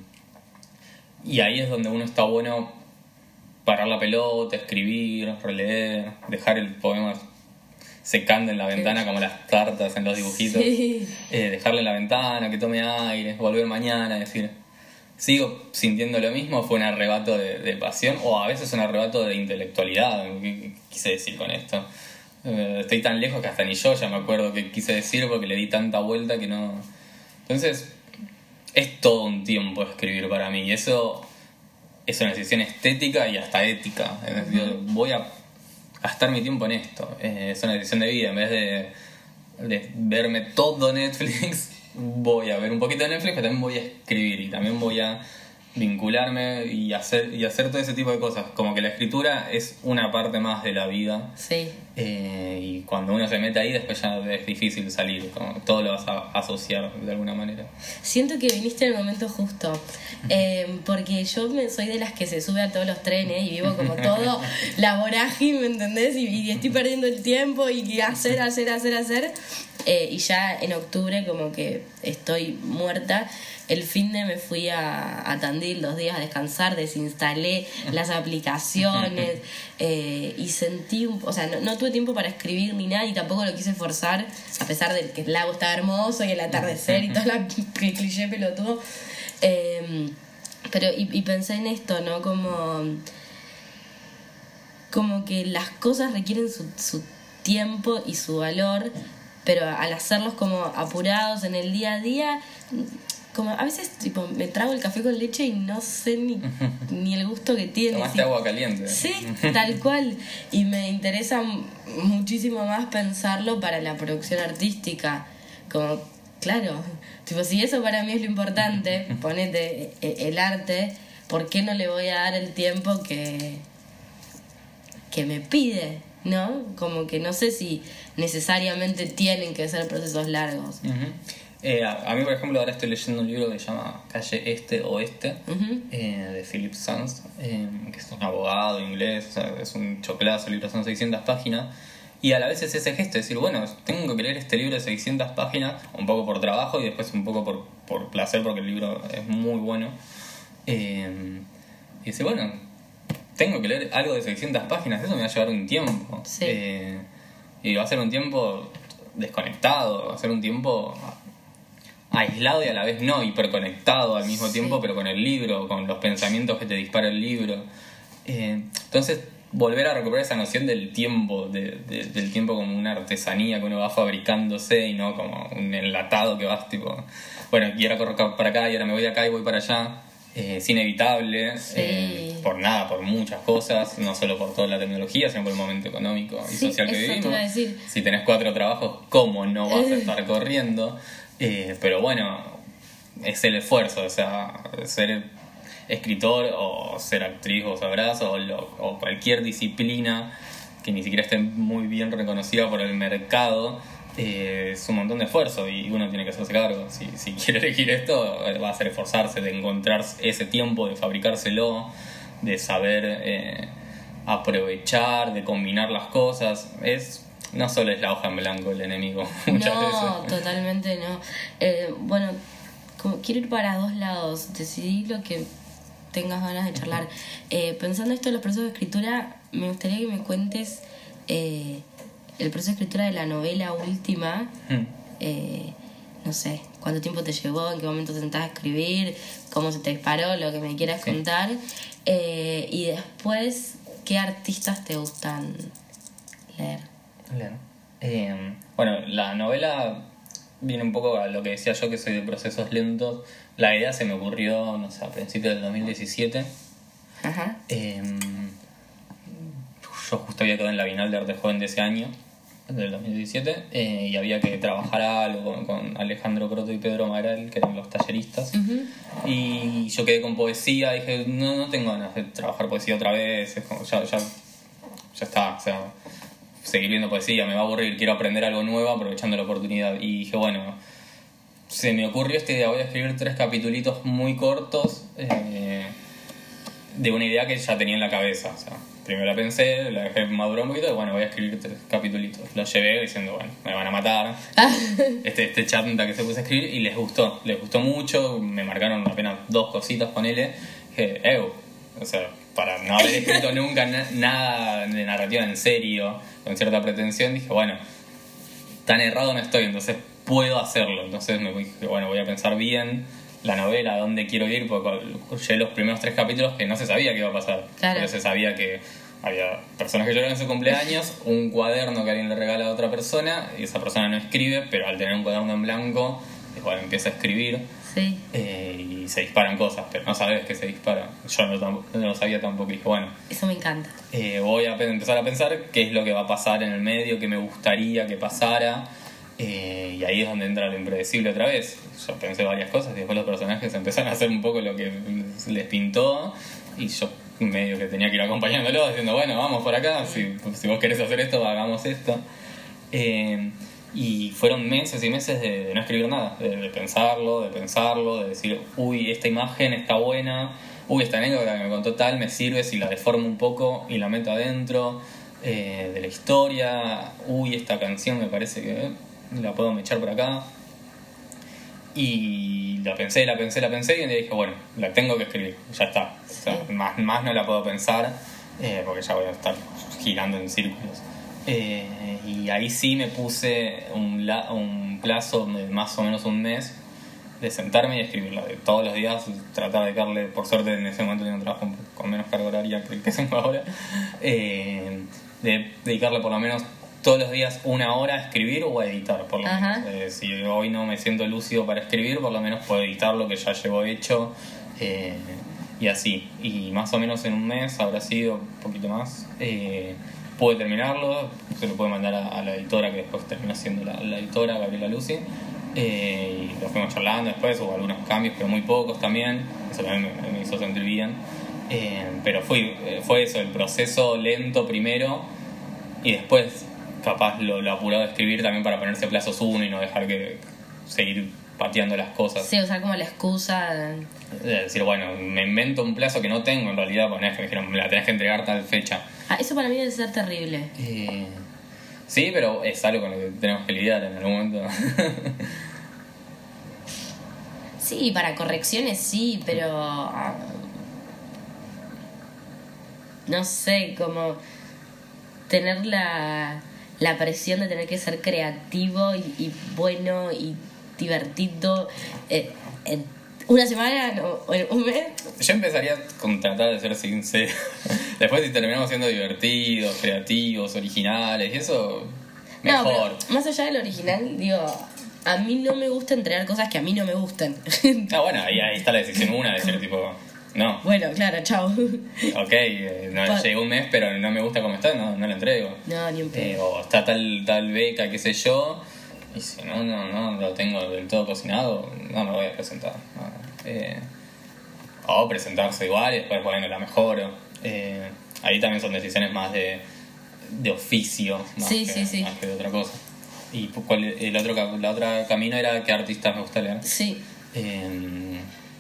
y ahí es donde uno está bueno parar la pelota, escribir, releer, dejar el poema secando en la ventana como las tartas en los dibujitos, Sí. eh, dejarle en la ventana, que tome aire, volver mañana, decir, sigo sintiendo lo mismo, fue un arrebato de, de pasión o a veces un arrebato de intelectualidad. ¿Qué, qué quise decir con esto? Eh, estoy tan lejos que hasta ni yo ya me acuerdo qué quise decir porque le di tanta vuelta que no... Entonces, es todo un tiempo escribir para mí y eso es una decisión estética y hasta ética. Es decir, voy a gastar mi tiempo en esto. Eh, es una decisión de vida. En vez de, de verme todo Netflix, voy a ver un poquito de Netflix, pero también voy a escribir y también voy a vincularme y hacer, y hacer todo ese tipo de cosas. Como que la escritura es una parte más de la vida. Sí. Eh, y cuando uno se mete ahí, después ya es difícil salir. Como todo lo vas a asociar de alguna manera. Siento que viniste en el momento justo, eh, porque yo me, soy de las que se sube a todos los trenes y vivo como todo la vorágine, ¿me entendés? Y, y estoy perdiendo el tiempo y, y hacer, hacer, hacer, hacer. Eh, y ya en octubre como que estoy muerta. El fin de me fui a, a Tandil dos días a descansar, desinstalé las aplicaciones eh, y sentí, un, o sea, no, no tuve tiempo para escribir ni nada y tampoco lo quise forzar, a pesar de que el lago estaba hermoso y el atardecer y todo la, el cliché pelotudo. Eh, pero y, y pensé en esto, ¿no? Como, como que las cosas requieren su, su tiempo y su valor, pero al hacerlos como apurados en el día a día, como a veces tipo me trago el café con leche y no sé ni, ni el gusto que tiene. Tomaste Sí. agua caliente. Sí, tal cual. Y me interesa m- muchísimo más pensarlo para la producción artística. Como, claro, tipo, si eso para mí es lo importante, ponete e- el arte, ¿por qué no le voy a dar el tiempo que, que me pide? ¿No? Como que no sé si necesariamente tienen que ser procesos largos. Ujú. Eh, a, a mí, por ejemplo, ahora estoy leyendo un libro que se llama Calle Este Oeste, Ujú. eh, de Philip Sands, eh, que es un abogado inglés, o sea, es un choclazo, el libro son seiscientas páginas, y a la vez es ese gesto, de decir, bueno, tengo que leer este libro de seiscientas páginas, un poco por trabajo y después un poco por, por placer, porque el libro es muy bueno. Eh, y dice, bueno, tengo que leer algo de seiscientas páginas, eso me va a llevar un tiempo. Sí. Eh, y va a ser un tiempo desconectado, va a ser un tiempo aislado y a la vez no, hiperconectado al mismo Sí. tiempo, pero con el libro, con los pensamientos que te dispara el libro. Eh, entonces, volver a recuperar esa noción del tiempo, de, de- del tiempo como una artesanía que uno va fabricándose y no como un enlatado que vas tipo, bueno, y ahora corro para acá y ahora me voy de acá y voy para allá. Eh, es inevitable, Sí. eh, por nada, por muchas cosas, no solo por toda la tecnología, sino por el momento económico y Sí, social que eso te vivimos. iba a decir. Si tenés cuatro trabajos, ¿cómo no vas a estar corriendo? Eh, pero bueno, es el esfuerzo, o sea, ser escritor o ser actriz, vos sabrás, o, lo- o cualquier disciplina que ni siquiera esté muy bien reconocida por el mercado, eh, es un montón de esfuerzo y uno tiene que hacerse cargo. Si, si quiere elegir esto, eh, va a ser esforzarse de encontrar ese tiempo, de fabricárselo, de saber eh, aprovechar, de combinar las cosas. Es no solo es la hoja en blanco el enemigo, muchas No, veces. totalmente no. Eh, bueno, como quiero ir para dos lados, decidí lo que tengas ganas de charlar. Eh, pensando esto en los procesos de escritura, me gustaría que me cuentes eh, el proceso de escritura de la novela última. Mm. Eh, no sé, cuánto tiempo te llevó, en qué momento te sentás a escribir, cómo se te disparó, lo que me quieras Sí. contar. Eh, y después, ¿qué artistas te gustan leer? Bien. Eh, bueno, la novela viene un poco a lo que decía yo, que soy de procesos lentos. La idea se me ocurrió, no sé, a principios del dos mil diecisiete. Ajá. Eh, yo justo había quedado en la Bienal de Arte Joven de ese año, del dos mil diecisiete, eh, y había que trabajar algo con, con Alejandro Croto y Pedro Magral, que eran los talleristas. Uh-huh. Y yo quedé con poesía, dije, no, no tengo ganas de trabajar poesía otra vez, es como, ya, ya, ya está, o sea, seguir viendo poesía, me va a aburrir, quiero aprender algo nuevo aprovechando la oportunidad. Y dije, bueno, se me ocurrió esta idea, voy a escribir tres capitulitos muy cortos eh, de una idea que ya tenía en la cabeza. O sea, primero la pensé, la dejé madurar un poquito y bueno, voy a escribir tres capitulitos. Lo llevé diciendo, bueno, me van a matar. este, este chanta que se puse a escribir y les gustó, les gustó mucho, me marcaron apenas dos cositas, ponele. Dije, ew, o sea, para no haber escrito nunca na- nada de narrativa en serio, con cierta pretensión, dije, bueno, tan errado no estoy, entonces puedo hacerlo. Entonces me dije, bueno, voy a pensar bien la novela, a dónde quiero ir, porque llegué los primeros tres capítulos que no se sabía qué iba a pasar. Claro. Pero se sabía que había personas que lloraron en su cumpleaños, un cuaderno que alguien le regala a otra persona, y esa persona no escribe, pero al tener un cuaderno en blanco, bueno, empieza a escribir. Sí. Eh, y se disparan cosas, pero no sabes que se disparan. Yo no, tampoco, no lo sabía tampoco. Y dije, bueno, eso me encanta. Eh, voy a pe- empezar a pensar qué es lo que va a pasar en el medio, qué me gustaría que pasara. Eh, y ahí es donde entra lo impredecible otra vez. Yo pensé varias cosas y después los personajes empezaron a hacer un poco lo que les pintó. Y yo medio que tenía que ir acompañándolo, diciendo, bueno, vamos por acá, si, si vos querés hacer esto, hagamos esto. Eh, y fueron meses y meses de, de no escribir nada, de, de pensarlo, de pensarlo, de decir, uy, esta imagen está buena, uy, esta anécdota que me contó tal me sirve si la deformo un poco y la meto adentro eh, de la historia, uy, esta canción me parece que eh, la puedo mechar por acá. Y la pensé, la pensé, la pensé y un día dije, bueno, la tengo que escribir, ya está. O sea, más, más no la puedo pensar eh, porque ya voy a estar girando en círculos. Eh, y ahí sí me puse un, la, un plazo de más o menos un mes de sentarme y escribirla, de todos los días tratar de darle, por suerte en ese momento tenía un trabajo con menos carga horaria que el que tengo ahora, eh, de dedicarle por lo menos todos los días una hora a escribir o a editar, por lo Ajá. menos. Eh, si hoy no me siento lúcido para escribir, por lo menos puedo editar lo que ya llevo hecho eh, y así. Y más o menos en un mes, habrá sido un poquito más, eh, pude terminarlo, se lo pude mandar a, a la editora que después terminó siendo la, la editora, Gabriela Lucy, eh, y lo fuimos charlando después, hubo algunos cambios, pero muy pocos también, eso también me, me hizo sentir bien. Eh, pero fue, fue eso, el proceso lento primero y después capaz lo, lo apurado de escribir también para ponerse plazos uno y no dejar que seguir pateando las cosas. Sí, usar como la excusa. De decir, bueno, me invento un plazo que no tengo en realidad, ponés que me dijeron, la tenés que entregar tal fecha. Ah, eso para mí debe ser terrible. Eh, sí, pero es algo con lo que tenemos que lidiar en algún momento. Sí, para correcciones sí, pero ah, no sé, como tener la, la presión de tener que ser creativo y, y bueno y divertido eh, en una semana no, o en un mes. Yo empezaría con tratar de ser sincero. Después si terminamos siendo divertidos, creativos, originales y eso, mejor. No, pero más allá del original, digo, a mí no me gusta entregar cosas que a mí no me gustan. Ah, bueno, ahí, ahí está la decisión una, decir tipo, no, Bueno, claro, chao. ok, eh, no Pa- llegué un mes pero no me gusta cómo está, no, no lo entrego. No, ni un Eh, pedo. o está tal, tal beca, qué sé yo, y si no, no, no lo tengo del todo cocinado, no me voy a presentar. No. Eh, o presentarse igual y después, bueno, la mejoro. Eh, ahí también son decisiones más de, de oficio, más, Sí, que, sí, sí. más que de otra cosa. Y pues, ¿cuál, el otro, ca- la otra camino era qué artistas me gusta leer. Sí. Eh,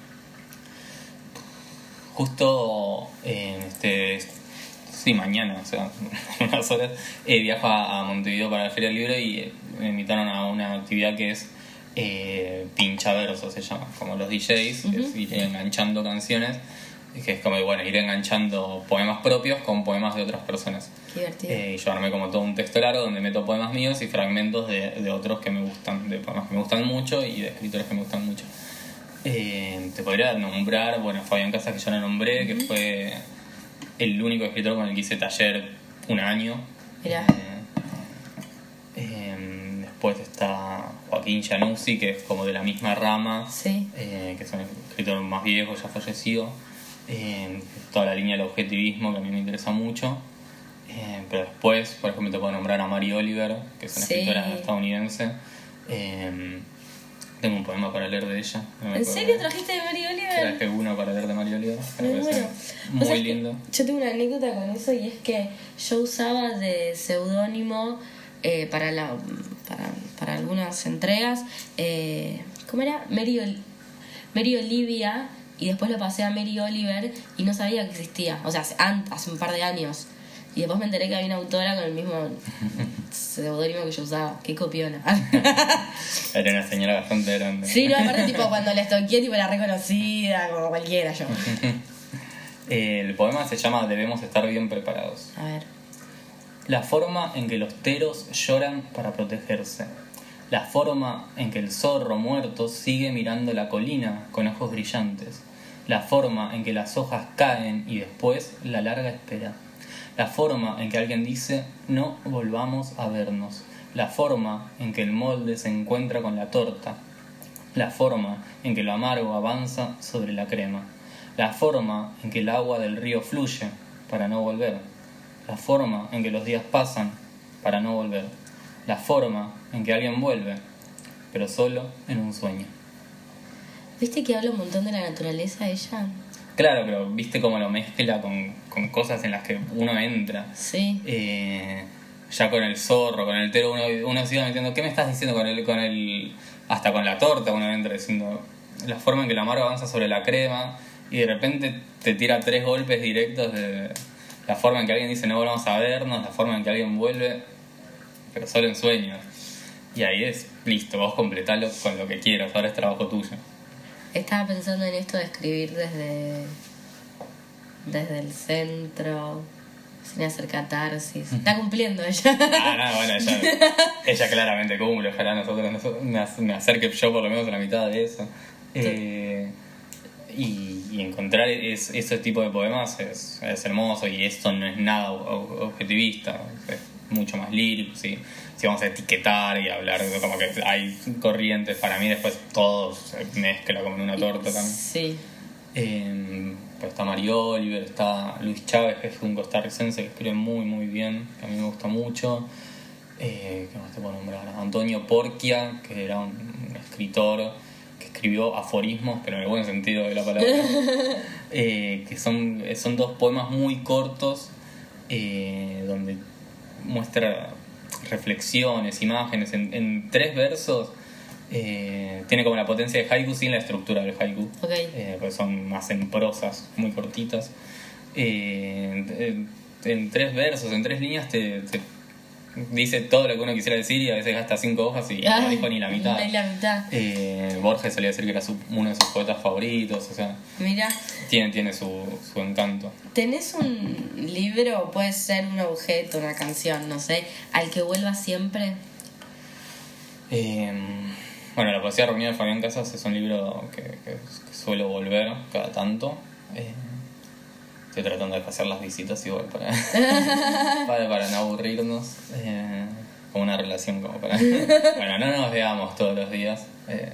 justo en este sí mañana, o sea, en unas horas eh, viajo a, a Montevideo para la Feria del Libro y eh, me invitaron a una actividad que es eh, pinchaverso, se llama, como los D Js, que es ir enganchando canciones, que es como bueno, ir enganchando poemas propios con poemas de otras personas. Qué divertido. Eh, y yo armé como todo un texto largo donde meto poemas míos y fragmentos de, de otros que me gustan, de poemas que me gustan mucho y de escritores que me gustan mucho. Eh, te podría nombrar, bueno, Fabián Casas, que ya lo nombré, que fue el único escritor con el que hice taller un año. Mirá. Eh, eh, después está Joaquín Januzzi, que es como de la misma rama, sí. eh, que es un escritor más viejo, ya fallecido. Eh, toda la línea del objetivismo, que a mí me interesa mucho. Eh, pero después, por ejemplo, te puedo nombrar a Mary Oliver, que es una Sí. escritora estadounidense. Eh, tengo un poema para leer de ella. No me ¿En acuerdo. serio trajiste de Mary Oliver? Traje uno para leer de Mary Oliver. Me Me parece muero. muy O sea, es que lindo. yo tengo una anécdota con eso y es que yo usaba de seudónimo eh, para, la, para, para algunas entregas. Eh, ¿Cómo era? Mary, Ol- Mary Olivia, y después lo pasé a Mary Oliver y no sabía que existía. O sea, hace, an- hace un par de años. Y después me enteré que había una autora con el mismo seudónimo que yo usaba. Qué copiona. Era una señora bastante grande. Sí, no, aparte tipo cuando la estoqué, tipo la reconocida, como cualquiera yo. El poema se llama Debemos estar bien preparados. A ver. La forma en que los teros lloran para protegerse. La forma en que el zorro muerto sigue mirando la colina con ojos brillantes. La forma en que las hojas caen y después la larga espera. La forma en que alguien dice no volvamos a vernos. La forma en que el molde se encuentra con la torta. La forma en que lo amargo avanza sobre la crema. La forma en que el agua del río fluye para no volver. La forma en que los días pasan para no volver. La forma en que alguien vuelve, pero solo en un sueño. ¿Viste que habla un montón de la naturaleza ella? Claro, pero viste cómo lo mezcla con, con cosas en las que uno entra. Sí. Eh, ya con el zorro, con el tero, uno, uno sigue metiendo, ¿qué me estás diciendo con el, con el, hasta con la torta uno entra diciendo, la forma en que el amargo avanza sobre la crema, y de repente te tira tres golpes directos de la forma en que alguien dice no volvamos a vernos, la forma en que alguien vuelve, pero solo en sueños. Y ahí es, listo, vos completalo con lo que quieras, ahora es trabajo tuyo. Estaba pensando en esto de escribir desde, desde el centro, sin hacer catarsis. Está cumpliendo ella. Ah, no, bueno, ella, ella claramente cumple, ojalá nosotros, nosotros me, ac- me acerque yo por lo menos a la mitad de eso. Eh, y, y encontrar es, ese tipo de poemas es, es hermoso, y esto no es nada ob- objetivista, es mucho más lírico, ¿sí? Si vamos a etiquetar y hablar de como que hay corrientes, para mí después todo se mezcla como en una torta también. Sí. Eh, pues está Mary Oliver, está Luis Chávez, que es un costarricense que escribe muy muy bien, que a mí me gusta mucho. Eh, ¿Qué más te puedo nombrar? Antonio Porquia, que era un, un escritor que escribió aforismos, pero en el buen sentido de la palabra. eh, que son, son dos poemas muy cortos, eh, donde muestra reflexiones, imágenes en, en tres versos. Eh, tiene como la potencia de haiku sin la estructura del haiku. Okay. Eh, pues son más en prosas muy cortitas. Eh, en, en tres versos, en tres líneas te, te dice todo lo que uno quisiera decir, y a veces gasta cinco hojas y no dijo ni la mitad. Ni la mitad. Eh, Borges solía decir que era su, uno de sus poetas favoritos, o sea, Mira, tiene, tiene su, su encanto. ¿tenés un libro, puede ser un objeto, una canción, no sé, al que vuelvas siempre? Eh, bueno, La poesía reunida de Fabián Casas es un libro que, que, que suelo volver cada tanto. Eh, estoy tratando de hacer las visitas igual para, para, para no aburrirnos. Eh, como una relación como para... Bueno, no nos veamos todos los días. Eh,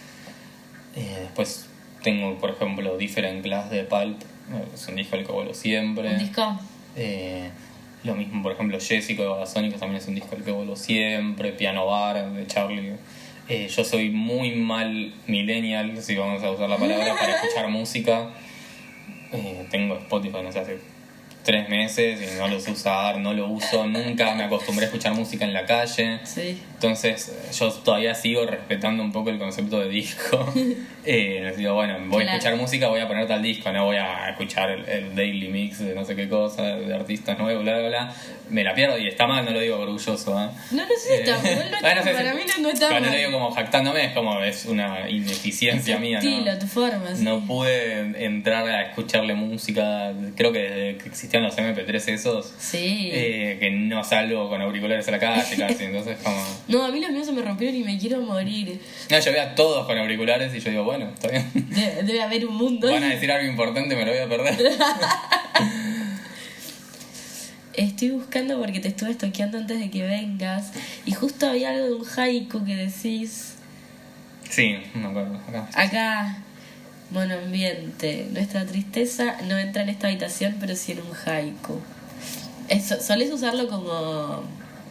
eh, después tengo, por ejemplo, Different Class de Pulp. Es un disco al que vuelvo siempre. ¿Un disco? Eh, lo mismo, por ejemplo, Jessica de Babasónicos también es un disco al que vuelvo siempre. Piano Bar de Charlie. Eh, yo soy muy mal millennial, si vamos a usar la palabra, para escuchar música. Eh, tengo Spotify, no sé, hace tres meses y no lo sé usar, no lo uso, nunca me acostumbré a escuchar música en la calle. Sí. Entonces yo todavía sigo respetando un poco el concepto de disco. eh, les digo, bueno, voy Claro. a escuchar música, voy a poner tal disco, no voy a escuchar el, el daily mix de no sé qué cosa, de artistas nuevos, bla, bla, bla. Me la pierdo, y está mal, no lo digo orgulloso. ¿eh? No, no sé si está Eh, mal, no está- bueno, no sé para si- mí no, no está cuando mal. lo digo como jactándome, es como es una ineficiencia Tu mía, estilo, ¿no? tu forma, sí. No pude entrar a escucharle música, creo que desde que existían los eme pe tres esos, Sí. eh, que no salgo con auriculares a la calle casi, entonces como... No, a mí los míos se me rompieron y me quiero morir. No, yo veo a todos con auriculares y yo digo, bueno, está bien. Debe, debe haber un mundo. Van a decir algo importante, me lo voy a perder. estoy buscando porque te estuve estoqueando antes de que vengas. Y justo había algo de un haiku que decís. Sí, no me acuerdo. Acá. Acá, monoambiente. Nuestra tristeza no entra en esta habitación, pero sí en un haiku. Eso, ¿solés usarlo como,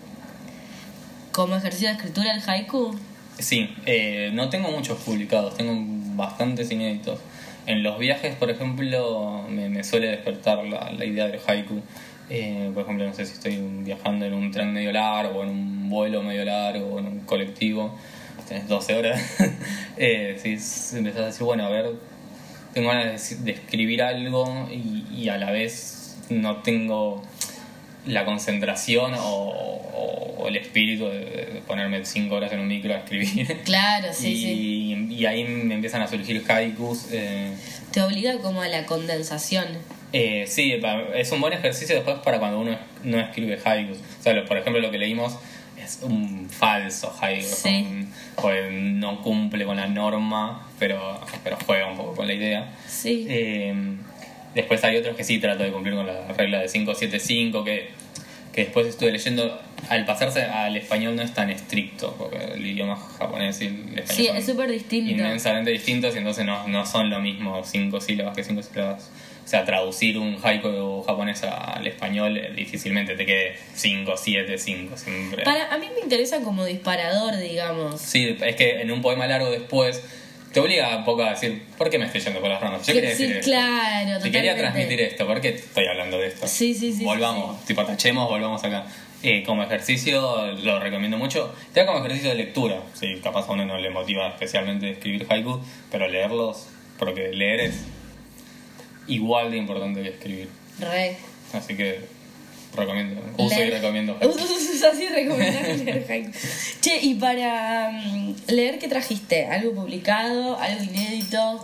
como ejercicio de escritura el haiku? Sí, eh, no tengo muchos publicados, tengo bastantes inéditos. En los viajes, por ejemplo, me, me suele despertar la, la idea del haiku. Eh, por ejemplo, no sé si estoy viajando en un tren medio largo, en un vuelo medio largo, en un colectivo, tenés doce horas. eh, si empezás a decir, bueno, a ver, tengo ganas de, de escribir algo y, y a la vez no tengo la concentración o, o, o el espíritu de, de ponerme cinco horas en un micro a escribir. Claro, sí, y, sí. Y ahí me empiezan a surgir haikus. Eh, Te obliga como a la condensación. eh, sí, es un buen ejercicio después para cuando uno no escribe haikus. O sea, por ejemplo, lo que leímos es un falso haiku. Sí. Un, pues no cumple con la norma, pero, pero juega un poco con la idea. Sí. Eh, Después hay otros que sí tratan de cumplir con la regla de cinco siete cinco, que, que después estuve leyendo. Al pasarse al español no es tan estricto, porque el idioma japonés y el español Sí, son es súper distinto. inmensamente distintos, y entonces no, no son lo mismo cinco sílabas que cinco sílabas. O sea, traducir un haiku japonés al español eh, difícilmente te quede cinco siete cinco siempre. Para, a mí me interesa como disparador, digamos. Sí, es que en un poema largo después te obliga un poco a decir, ¿por qué me estoy yendo por las ramas? Yo quería decir Sí, esto. claro, Si totalmente. quería transmitir esto, ¿por qué estoy hablando de esto? Sí, sí, sí. Volvamos, sí, sí. tipo tachemos, volvamos acá. Eh, como ejercicio lo recomiendo mucho. Te da como ejercicio de lectura. Sí, capaz a uno no le motiva especialmente escribir haiku, pero leerlos, porque leer es igual de importante que escribir. Re. Así que recomiendo, uso Leer- y recomiendo haiku. Uso así recomendar leer haiku. Che, y para um, leer, ¿qué trajiste? ¿Algo publicado? ¿Algo inédito?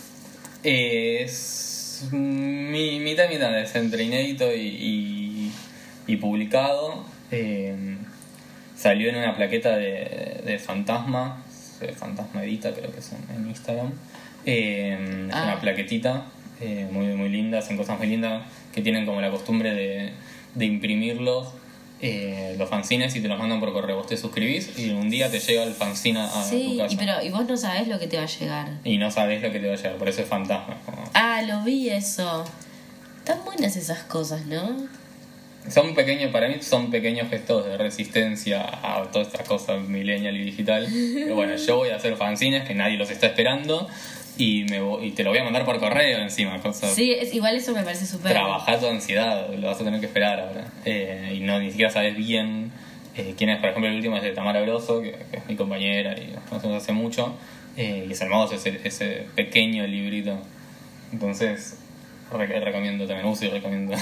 Eh, es mi, mitad y mitad, es entre inédito y, y, y publicado. Eh, salió en una plaqueta de, de Fantasma, de Fantasma Edita, creo que es en, en Instagram. Eh, es Ah. una plaquetita eh, muy, muy linda, hacen cosas muy lindas que tienen como la costumbre de, de imprimirlos. Eh, los fanzines y te los mandan por correo. Vos te suscribís y un día te llega el fanzine a, a tu Sí, casa. y, pero, y vos no sabés lo que te va a llegar. Y no sabés lo que te va a llegar, por eso es Fantasma. Como... Ah, lo vi eso. Tan buenas esas cosas, ¿no? Son pequeños, para mí son pequeños gestos de resistencia a todas estas cosas millennial y digital. Pero bueno, yo voy a hacer fanzines que nadie los está esperando y, me voy- y te lo voy a mandar por correo encima. Cosa, Sí, es, igual eso me parece súper... Trabajar tu ansiedad, lo vas a tener que esperar ahora. Eh, y no ni siquiera sabes bien eh, quién es. Por ejemplo, el último es de Tamara Grosso, que, que es mi compañera y nos conocemos hace mucho. Eh, y es hermoso ese, ese pequeño librito. Entonces, re- recomiendo también, uso y recomiendo.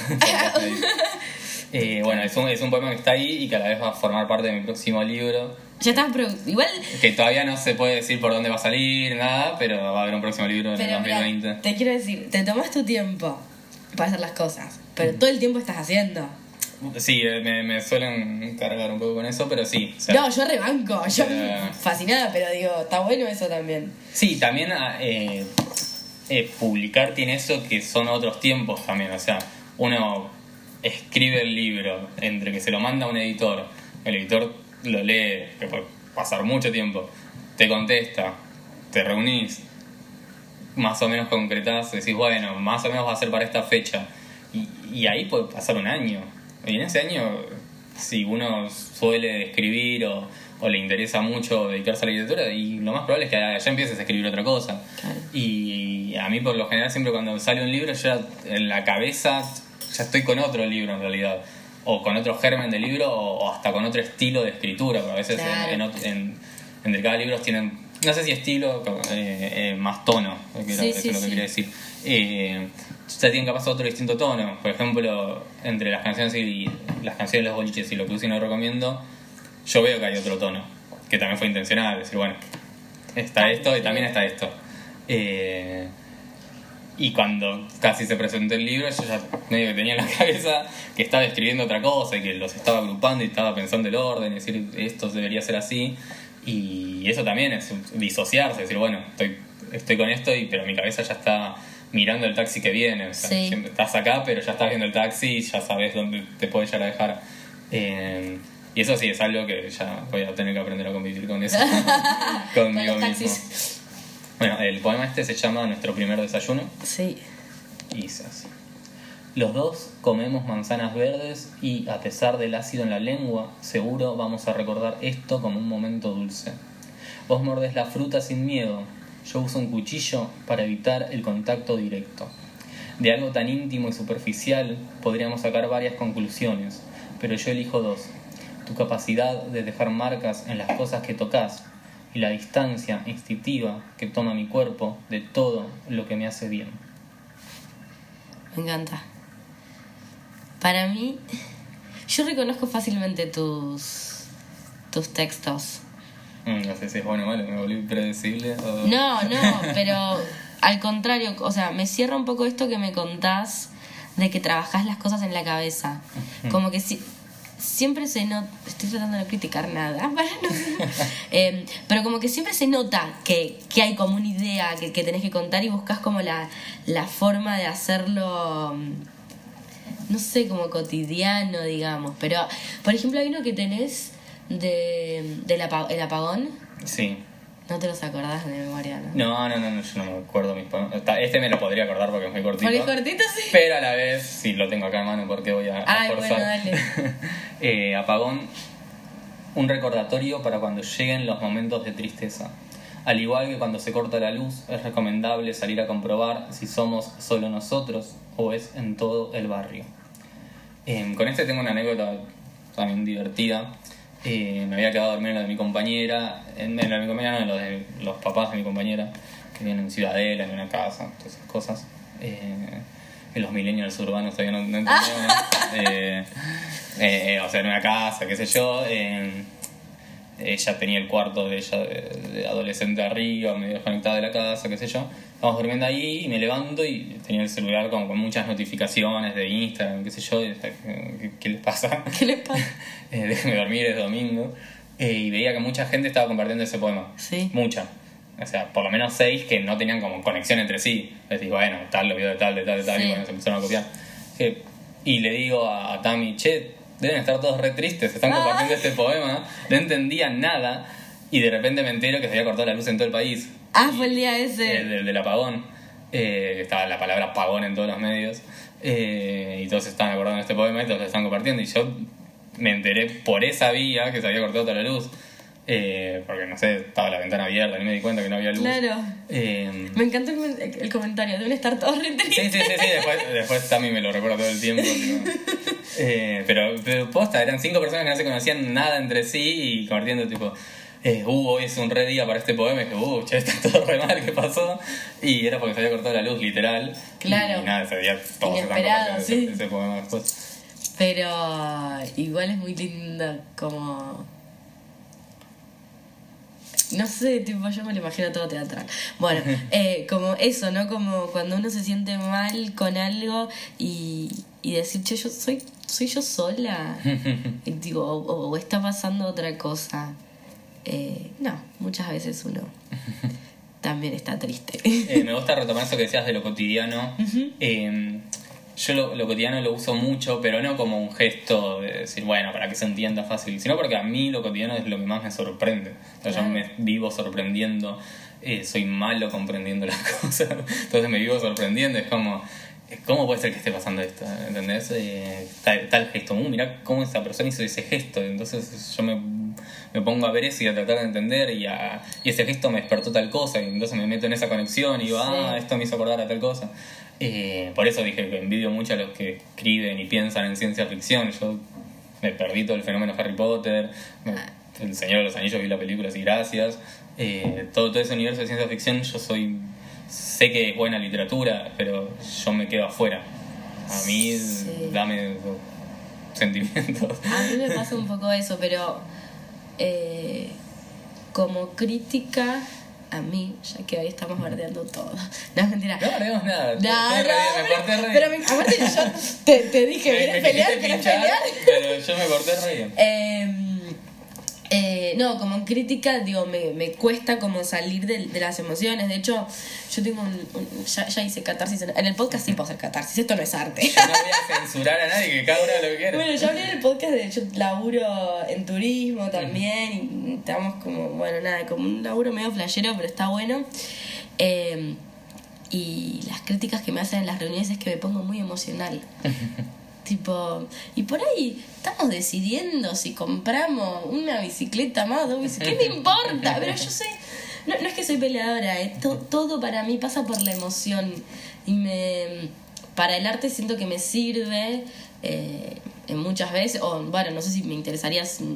Eh, bueno, es un, es un poema que está ahí y que a la vez va a formar parte de mi próximo libro. Ya estás... Pro... Igual... Que todavía no se puede decir por dónde va a salir, nada, pero va a haber un próximo libro en el Pero dos mil mira, veinte. te quiero decir, te tomas tu tiempo para hacer las cosas, pero todo el tiempo estás haciendo. Sí, eh, me, me suelen cargar un poco con eso, pero sí. O sea, No, yo rebanco, yo Pero- fascinada, pero digo, está bueno eso también. sí, también eh, eh, publicar tiene eso que son otros tiempos también. O sea, uno escribe el libro, entre que se lo manda a un editor, el editor lo lee, que puede pasar mucho tiempo, te contesta, te reunís, más o menos concretás, decís, bueno, más o menos va a ser para esta fecha. Y, y ahí puede pasar un año. Y en ese año, si uno suele escribir o, o le interesa mucho dedicarse a la literatura, y lo más probable es que ya empieces a escribir otra cosa. Claro. Y a mí, por lo general, siempre cuando sale un libro, yo ya en la cabeza ya estoy con otro libro en realidad. O con otro germen de libro, o, o hasta con otro estilo de escritura. Porque a veces Claro. en, en, ot- en- entre cada libro tienen, no sé si estilo, eh, eh, más tono, que era- Sí, eso sí, es lo que sí. quería decir. Eh, ya tienen capaz otro distinto tono. Por ejemplo, entre las canciones y las canciones de los boliches y lo que uso y no recomiendo, yo veo que hay otro tono, que también fue intencional, decir, bueno, está esto y también está esto. Eh, y cuando casi se presentó el libro, yo ya medio que tenía en la cabeza que estaba escribiendo otra cosa y que los estaba agrupando y estaba pensando el orden, es decir, esto debería ser así. Y eso también es disociarse, decir, bueno, estoy, estoy con esto, y, pero mi cabeza ya está mirando el taxi que viene. O sea, Sí. siempre estás acá, pero ya estás viendo el taxi y ya sabes dónde te puede llegar a dejar. Eh, y eso sí es algo que ya voy a tener que aprender a convivir con eso. Conmigo Con los mismo. taxis. Bueno, el poema este se llama Nuestro primer desayuno. Sí. Y dice así. Los dos comemos manzanas verdes y, a pesar del ácido en la lengua, seguro vamos a recordar esto como un momento dulce. Vos mordés la fruta sin miedo, yo uso un cuchillo para evitar el contacto directo. De algo tan íntimo y superficial podríamos sacar varias conclusiones, pero yo elijo dos. Tu capacidad de dejar marcas en las cosas que tocas y la distancia instintiva que toma mi cuerpo de todo lo que me hace bien. Me encanta. Para mí, yo reconozco fácilmente tus, tus textos. Mm, no sé si es bueno o malo, me volví predecible. O... No, no, pero al contrario, o sea, me cierra un poco esto que me contás de que trabajás las cosas en la cabeza. Como que si, siempre se nota, estoy tratando de no criticar nada, para no, eh, pero como que siempre se nota que, que hay como una idea que, que tenés que contar y buscás como la, la forma de hacerlo, no sé, como cotidiano, digamos. Pero, por ejemplo, hay uno que tenés de, de la, el apagón. Sí. No te los acordás de memoria, ¿no? No, no, no, no, yo no me acuerdo mis poemas. Este me lo podría acordar porque es muy cortito. Porque es cortito, sí. Pero a la vez, sí, lo tengo acá en mano porque voy a, Ay, a forzar. bueno, dale. eh, apagón, un recordatorio para cuando lleguen los momentos de tristeza. Al igual que cuando se corta la luz, es recomendable salir a comprobar si somos solo nosotros o es en todo el barrio. Eh, con este tengo una anécdota también divertida. Eh, me había quedado a dormir en la de mi compañera, en, en la de mi compañera, no, en lo de los papás de mi compañera, que viven en Ciudadela, en una casa, todas esas cosas. Eh, en los millennials urbanos todavía no, no entendieron. eh, eh, o sea, en una casa, qué sé yo. Eh, ella tenía el cuarto de ella de, de adolescente arriba, medio desconectada de la casa, qué sé yo. Estamos durmiendo ahí y me levanto y tenía el celular como con muchas notificaciones de Instagram, qué sé yo. Y, ¿qué, ¿Qué les pasa? ¿Qué les pasa? eh, déjeme dormir, es domingo. Eh, y veía que mucha gente estaba compartiendo ese poema. Sí. Mucha. O sea, por lo menos seis que no tenían como conexión entre sí. Decís, bueno, tal lo vio de tal, de tal, de tal, Sí. y bueno, se empezaron a copiar. Eh, y le digo a, a Tami, che, deben estar todos re tristes, están compartiendo Ah. este poema, no entendían nada, y de repente me entero que se había cortado la luz en todo el país. Ah, Y- fue el día ese. el del, del apagón. Eh, estaba la palabra apagón en todos los medios. Eh, y todos estaban acordando de este poema y todos lo estaban compartiendo. Y yo me enteré por esa vía que se había cortado toda la luz. Eh, porque no sé, estaba la ventana abierta, ni me di cuenta que no había luz. Claro. Eh, Me encantó el, el comentario, deben estar todos re Sí, tristes. sí, sí, sí, después, después Tami me lo recuerda todo el tiempo. Tipo. Eh, pero, pero posta, eran cinco personas que no se conocían nada entre sí y compartiendo tipo, eh, uh, hoy es un re día para este poema, y que, uh, che, está todo re mal, ¿qué pasó? Y era porque se había cortado la luz, literal. Claro. Y, y nada, ese día todos estaban Inesperado, compartiendo sí. ese, ese poema después. Pero igual es muy lindo como... No sé, tipo, yo me lo imagino todo teatral. Bueno, eh, como eso, ¿no? Como cuando uno se siente mal con algo y, y decir, che, yo soy, soy yo sola. Y, digo, o, o está pasando otra cosa. Eh, no, muchas veces uno también está triste. Eh, me gusta retomar eso que decías de lo cotidiano. Ujú. Eh, yo lo, lo cotidiano lo uso mucho, pero no como un gesto de decir, bueno, para que se entienda fácil, sino porque a mí lo cotidiano es lo que más me sorprende. O sea, Claro. yo me vivo sorprendiendo, eh, soy malo comprendiendo las cosas, entonces me vivo sorprendiendo, es como, ¿cómo puede ser que esté pasando esto? ¿Entendés? Eh, tal, tal gesto, uh, mirá cómo esa persona hizo ese gesto, entonces yo me, me pongo a ver eso y a tratar de entender y, a, y ese gesto me despertó tal cosa y entonces me meto en esa conexión y digo, Sí. ah, esto me hizo acordar a tal cosa. Eh, por eso dije que envidio mucho a los que escriben y piensan en ciencia ficción. Yo me perdí todo el fenómeno Harry Potter, me, El Señor de los Anillos, vi la película así, gracias. Eh, todo, todo ese universo de ciencia ficción, yo soy... Sé que es buena literatura, pero yo me quedo afuera. A mí, Sí. dame sentimientos. A mí me pasa un poco eso, pero eh, como crítica, a mí, ya que hoy estamos bardeando todo. No, es mentira. No, no digamos nada. No, Estoy re bien, no, me corté re pero bien. me, aparte yo te, te dije, Me- ¿querés me pelear? quisiste ¿Querés pinchar, pelear? pero yo me corté re bien. Eh, Eh, no, como en crítica, digo, me, me cuesta como salir de, de las emociones. De hecho, yo tengo un... un ya, ya hice catarsis. En, en el podcast sí puedo hacer catarsis, esto no es arte. Yo no voy a censurar a nadie, que cada uno haga lo que quiera. Bueno, yo hablé en el podcast de... Yo laburo en turismo también y estamos como, bueno, nada, como un laburo medio flashero, pero está bueno. Eh, y las críticas que me hacen en las reuniones es que me pongo muy emocional. Tipo, y por ahí estamos decidiendo si compramos una bicicleta más, dos bicicletas, ¿qué me importa? Pero yo soy, no, no es que soy peleadora, ¿eh? todo, todo para mí pasa por la emoción. Y me para el arte siento que me sirve eh, en muchas veces, o bueno, no sé si me interesaría, si,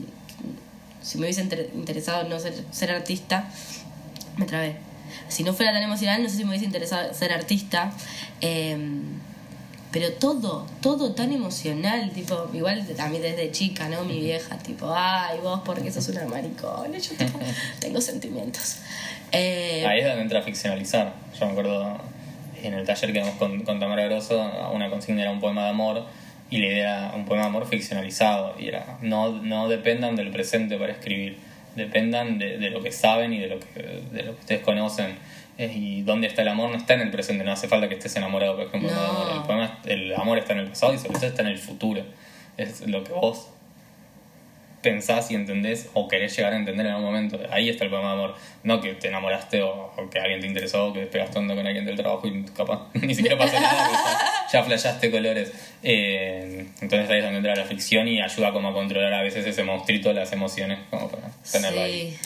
si me hubiese inter- interesado no ser, ser artista, me trabé. Si no fuera tan emocional, no sé si me hubiese interesado ser artista. Eh, Pero todo, todo tan emocional, tipo, igual a mí desde chica, ¿no? Mi vieja, tipo, ay, vos porque sos una maricona, yo tipo, tengo sentimientos. Eh, Ahí es donde entra a ficcionalizar. Yo me acuerdo en el taller que damos con, con Tamara Grosso, una consigna era un poema de amor, y la idea era un poema de amor ficcionalizado, y era, no, no dependan del presente para escribir, dependan de, de lo que saben y de lo que, de lo que ustedes conocen. Y dónde está el amor no está en el presente, no hace falta que estés enamorado, por ejemplo. No. El, poema, el amor está en el pasado y sobre todo está en el futuro. Es lo que vos pensás y entendés o querés llegar a entender en algún momento. Ahí está el poema de amor. No que te enamoraste o, o que alguien te interesó o que despegaste onda con alguien del trabajo y capaz ni siquiera pasó nada, ya, ya flashaste colores. Eh, entonces ahí es donde entra la ficción y ayuda como a controlar a veces ese monstruito de las emociones, como para tenerlo sí. ahí.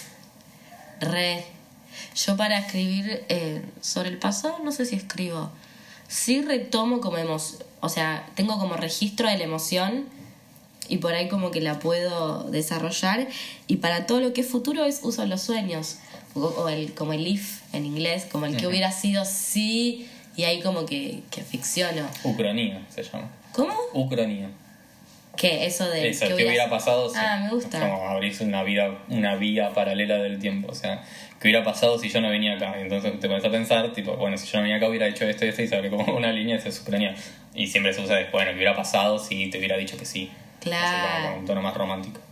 Re. Yo para escribir eh, sobre el pasado no sé si escribo. Sí retomo como emoción, o sea, tengo como registro de la emoción y por ahí como que la puedo desarrollar. Y para todo lo que es futuro es uso los sueños, o, o el como el if en inglés, como el que uh-huh. hubiera sido sí, y ahí como que, que ficciono. Ucronía se llama. ¿Cómo? Ucronía. ¿Qué? Eso de... Eso, que hubiera, hubiera pasado... Sí. Ah, me gusta. Como abrirse una, vida, una vía paralela del tiempo. O sea, que hubiera pasado si yo no venía acá. Entonces te pones a pensar, tipo, bueno, si yo no venía acá hubiera hecho esto y esto y se abre como una línea y se sucronía. Y siempre se usa después, bueno, que hubiera pasado si te hubiera dicho que sí. Claro. Así como un tono más romántico.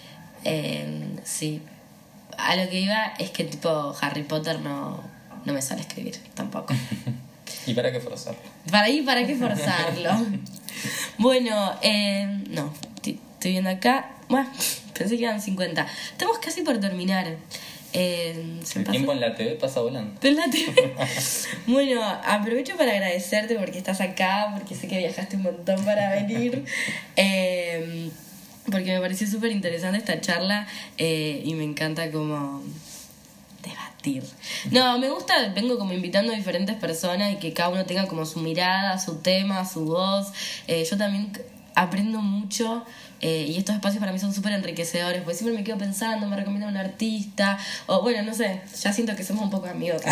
Eh, sí. A lo que iba es que tipo Harry Potter no, no me sale escribir tampoco. ¿Y para qué forzarlo? Para ahí, ¿para qué forzarlo? Bueno, eh, no, estoy viendo acá. Bueno, pensé que eran cincuenta. Estamos casi por terminar. Eh, ¿se El me tiempo en la T V pasa volando. En la T V. Bueno, aprovecho para agradecerte porque estás acá, porque sé que viajaste un montón para venir. Eh, porque me pareció súper interesante esta charla eh, y me encanta como debatir. No, me gusta, vengo como invitando a diferentes personas y que cada uno tenga como su mirada, su tema, su voz. Eh, yo también aprendo mucho eh, y estos espacios para mí son súper enriquecedores porque siempre me quedo pensando, me recomienda un artista o bueno, no sé, ya siento que somos un poco amigos.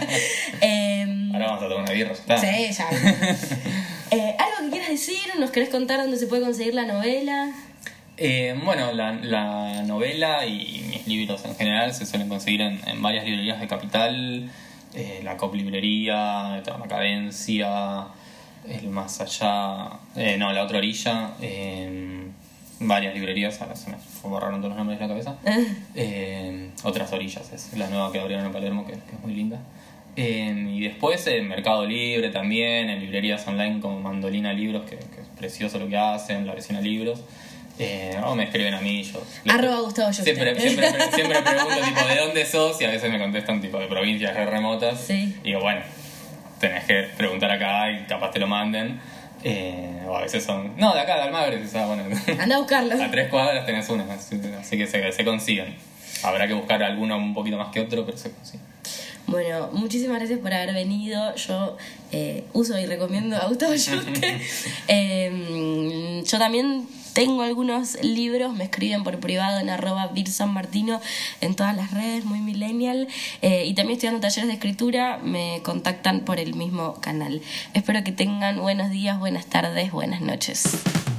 eh, Ahora vamos a tomar una birra, ¿está? Sí, ya. eh, ¿Algo que quieras decir? ¿Nos querés contar dónde se puede conseguir la novela? Eh, bueno, la, la novela y mis libros en general se suelen conseguir en, en varias librerías de Capital, eh, la Cop Librería, Eterna Cadencia, el Más Allá, eh, no, la Otra Orilla, eh, varias librerías, ahora se me borraron todos los nombres de la cabeza. eh, Otras Orillas es la nueva que abrieron en Palermo, que, que es muy linda. Eh, y después en Mercado Libre también, en librerías online como Mandolina Libros, que, que es precioso lo que hacen, La Vecina Libros. Eh, o me escriben a mí, yo arroba Gustavo yo siempre, siempre, siempre pregunto tipo de dónde sos y a veces me contestan tipo de provincias re remotas. Sí. Y digo, bueno, tenés que preguntar acá y capaz te lo manden. Eh, o a veces son, no, de acá, de Almagre, o sea, bueno, anda a buscarlo. A tres cuadras tenés una, así, así que se, se consiguen. Habrá que buscar alguno un poquito más que otro, pero se consiguen. Bueno, muchísimas gracias por haber venido. Yo eh, uso y recomiendo a Gustavo Yuste. eh, yo también tengo algunos libros, me escriben por privado en arroba virsanmartino en todas las redes, muy millennial. Eh, y también estoy dando talleres de escritura, me contactan por el mismo canal. Espero que tengan buenos días, buenas tardes, buenas noches.